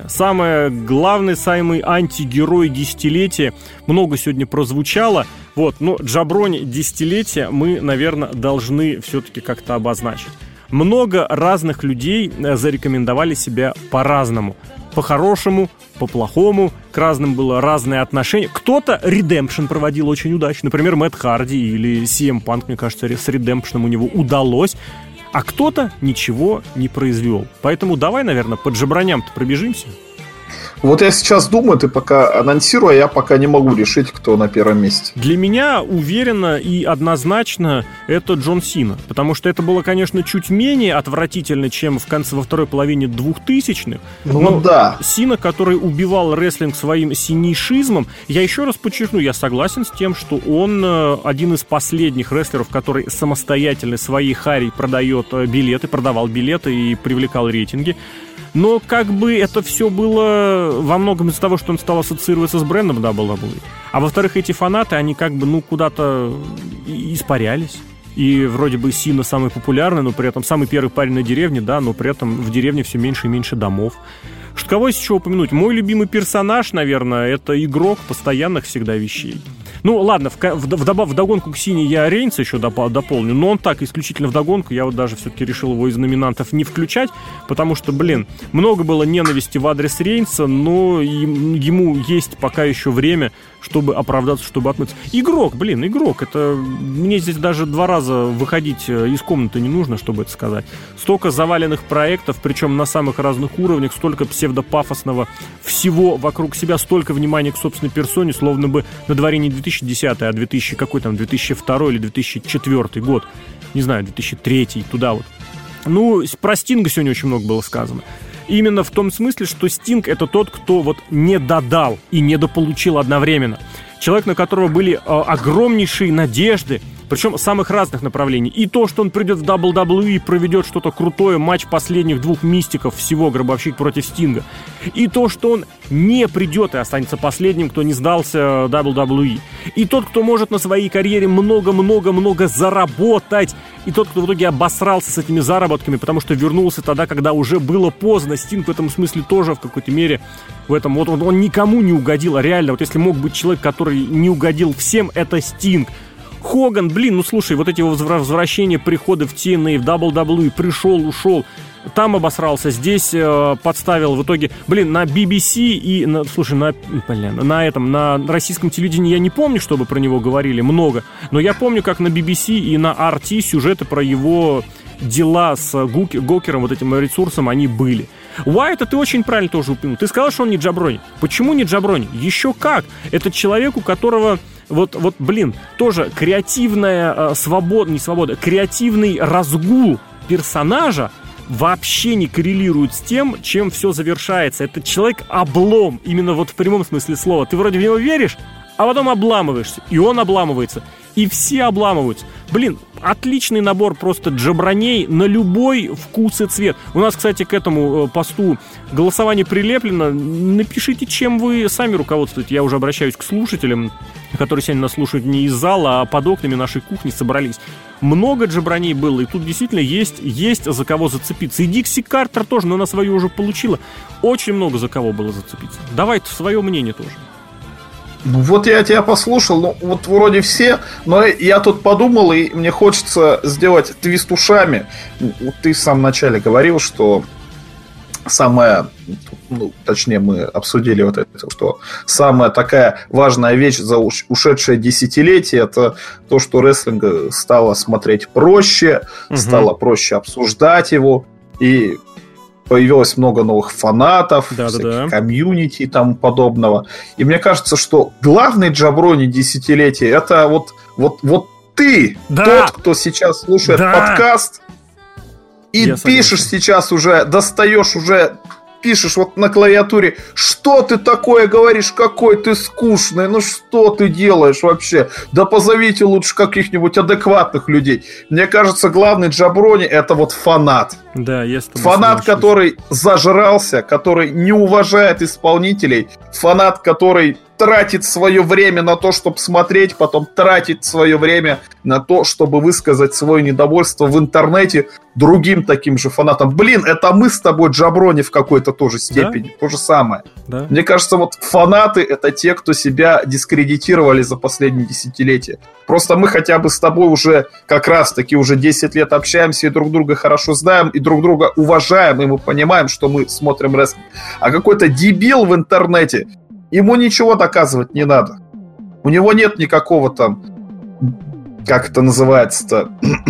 самый антигерой десятилетия. Много сегодня прозвучало. Джаброни десятилетия мы, наверное, должны все-таки как-то обозначить. Много разных людей зарекомендовали себя по-разному. По-хорошему, по-плохому, к разным было разное отношение. Кто-то редемпшн проводил очень удачно. Например, Мэтт Харди или CM Punk, мне кажется, с редемпшном у него удалось. А кто-то ничего не произвел. Поэтому давай, наверное, по джаброням-то пробежимся. Вот я сейчас думаю, ты пока анонсируй, а я пока не могу решить, кто на первом месте. Для меня уверенно и однозначно это Джон Сина. Потому что это было, конечно, чуть менее отвратительно, чем во второй половине 2000-х. Да. Сина, который убивал рестлинг своим синишизмом, я еще раз подчеркну, я согласен с тем, что он один из последних рестлеров, который самостоятельно своей харей продавал билеты и привлекал рейтинги. Но это все было во многом из-за того, что он стал ассоциироваться с брендом WWE. А во-вторых, эти фанаты, они куда-то испарялись. И вроде бы Сина самый популярный, но при этом самый первый парень на деревне, да, но при этом в деревне все меньше и меньше домов. Кого есть еще упомянуть? Мой любимый персонаж, наверное, это игрок постоянных всегда вещей. Ладно, вдогонку к Сине я Рейнса еще дополню, но он так, исключительно вдогонку, я даже все-таки решил его из номинантов не включать, потому что, много было ненависти в адрес Рейнса, но ему есть пока еще время, чтобы оправдаться, чтобы отмыться. Игрок, это... Мне здесь даже 2 раза выходить из комнаты не нужно, чтобы это сказать. Столько заваленных проектов, причем на самых разных уровнях, столько псевдопафосного всего вокруг себя, столько внимания к собственной персоне, словно бы на дворе не 2010, а 2002 или 2004 год. Не знаю, 2003, туда вот. Ну, про Стинга сегодня очень много было сказано. Именно в том смысле, что Стинг — это тот, кто вот не додал и недополучил одновременно. Человек, на которого были огромнейшие надежды, причем самых разных направлений. И то, что он придет в WWE и проведет что-то крутое, матч последних двух мистиков всего, Гробовщик против Стинга. И то, что он не придет и останется последним, кто не сдался WWE. И тот, кто может на своей карьере много-много-много заработать. И тот, кто в итоге обосрался с этими заработками, потому что вернулся тогда, когда уже было поздно. Стинг в этом смысле тоже в какой-то мере в этом. Вот он никому не угодил, а реально, вот если мог быть человек, который не угодил всем, это Стинг. Хоган, блин, ну слушай, вот эти его возвращения, приходы в TNA, в WWE, пришел, ушел, там обосрался, здесь подставил в итоге, блин, на BBC и, на российском телевидении я не помню, чтобы про него говорили много, но я помню, как на BBC и на RT сюжеты про его дела с Гокером, вот этим ресурсом, они были. Уайта ты очень правильно тоже упомянул. Ты сказал, что он не джаброни. Почему не джаброни? Еще как. Это человек, у которого блин, тоже креативная креативный разгул персонажа вообще не коррелирует с тем, чем все завершается. Это человек-облом, именно вот в прямом смысле слова. Ты вроде в него веришь, а потом обламываешься, и он обламывается. И все обламываются. Блин, отличный набор просто джаброней на любой вкус и цвет. У нас, кстати, к этому посту голосование прилеплено. Напишите, чем вы сами руководствуете. Я уже обращаюсь к слушателям, которые сегодня нас слушают не из зала, а под окнами нашей кухни собрались. Много джаброней было, и тут действительно есть за кого зацепиться. И Дикси Картер тоже, но она свое уже получила. Очень много за кого было зацепиться. Давайте свое мнение тоже. Ну вот я тебя послушал, ну вот вроде все, но я тут подумал, и мне хочется сделать твист ушами. Ты в самом начале говорил, что самое, точнее мы обсудили вот это, что самая такая важная вещь за ушедшее десятилетие — это то, что рестлинг стало смотреть проще, стало проще обсуждать его, и появилось много новых фанатов, комьюнити и тому подобного. И мне кажется, что главный джаброни десятилетия — это вот ты, тот, кто сейчас слушает подкаст, и пишешь сейчас уже, достаешь уже, пишешь вот на клавиатуре, что ты такое говоришь, какой ты скучный, ну что ты делаешь вообще? Да позовите лучше каких-нибудь адекватных людей. Мне кажется, главный джаброни — это вот фанат. Да, я с тобой фанат, который зажрался, который не уважает исполнителей, фанат, который тратит свое время на то, чтобы смотреть, потом тратит свое время на то, чтобы высказать свое недовольство в интернете другим таким же фанатам. Блин, это мы с тобой джаброни в какой-то тоже степени. Да? То же самое. Да. Мне кажется, вот фанаты — это те, кто себя дискредитировали за последние десятилетия. Просто мы хотя бы с тобой уже как раз-таки уже 10 лет общаемся и друг друга хорошо знаем, и друг друга уважаем, и мы понимаем, что мы смотрим рестлинг. А какой-то дебил в интернете, ему ничего доказывать не надо. У него нет никакого там, как это называется-то,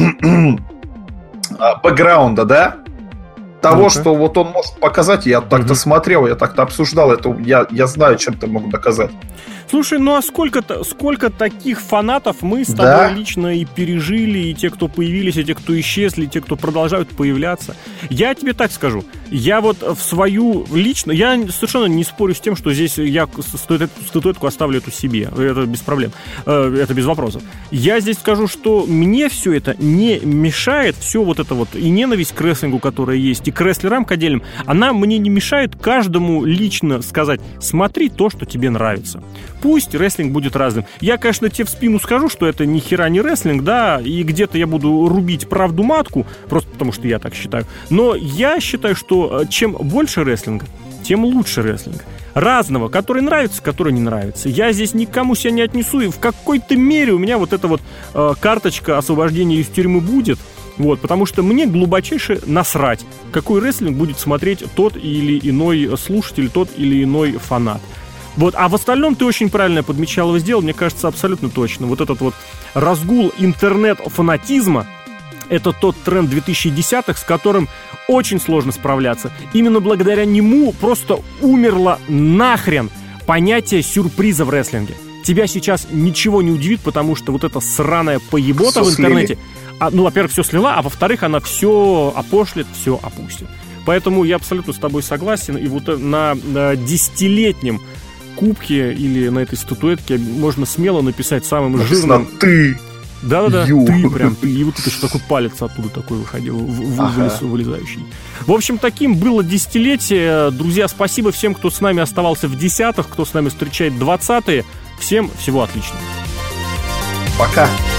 бэкграунда, да? Того, что вот он может показать. Я так-то смотрел, я так-то обсуждал это. Я знаю, чем ты мог доказать. Слушай, ну а сколько таких фанатов мы с тобой лично и пережили, и те, кто появились, и те, кто исчезли, и те, кто продолжают появляться. Я тебе так скажу, я вот в свою лично, я совершенно не спорю с тем, что здесь я статуэтку оставлю эту себе, это без проблем, это без вопросов. Я здесь скажу, что мне все это не мешает, все вот это вот, и ненависть к рестлингу, которая есть, и к рестлерам к отдельным, она мне не мешает каждому лично сказать: смотри то, что тебе нравится. Пусть рестлинг будет разным. Я, конечно, тебе в спину скажу, что это ни хера не рестлинг, да, и где-то я буду рубить правду матку, просто потому что я так считаю. Но я считаю, что чем больше рестлинга, тем лучше рестлинг. Разного, который нравится, который не нравится. Я здесь никому себя не отнесу, и в какой-то мере у меня вот эта вот карточка освобождения из тюрьмы будет. Вот, потому что мне глубочайше насрать, какой рестлинг будет смотреть тот или иной слушатель, тот или иной фанат. Вот, а в остальном ты очень правильно подмечал его, сделал, мне кажется, абсолютно точно. Вот этот вот разгул интернет-фанатизма — это тот тренд 2010-х, с которым очень сложно справляться. Именно благодаря нему просто умерло нахрен понятие сюрприза в рестлинге. Тебя сейчас ничего не удивит, потому что вот эта сраная поебота в интернете, во-первых, все слила, а во-вторых, она все опошлит, все опустит. Поэтому я абсолютно с тобой согласен. И вот на 10-летнем кубке или на этой статуэтке можно смело написать самым жирным... «Ты». Да-да-да, ты прям, ты. И вот тут еще такой палец оттуда такой выходил, вылезающий. В общем, таким было десятилетие. Друзья, спасибо всем, кто с нами оставался в десятых, кто с нами встречает 20-е. Всем всего отличного. Пока.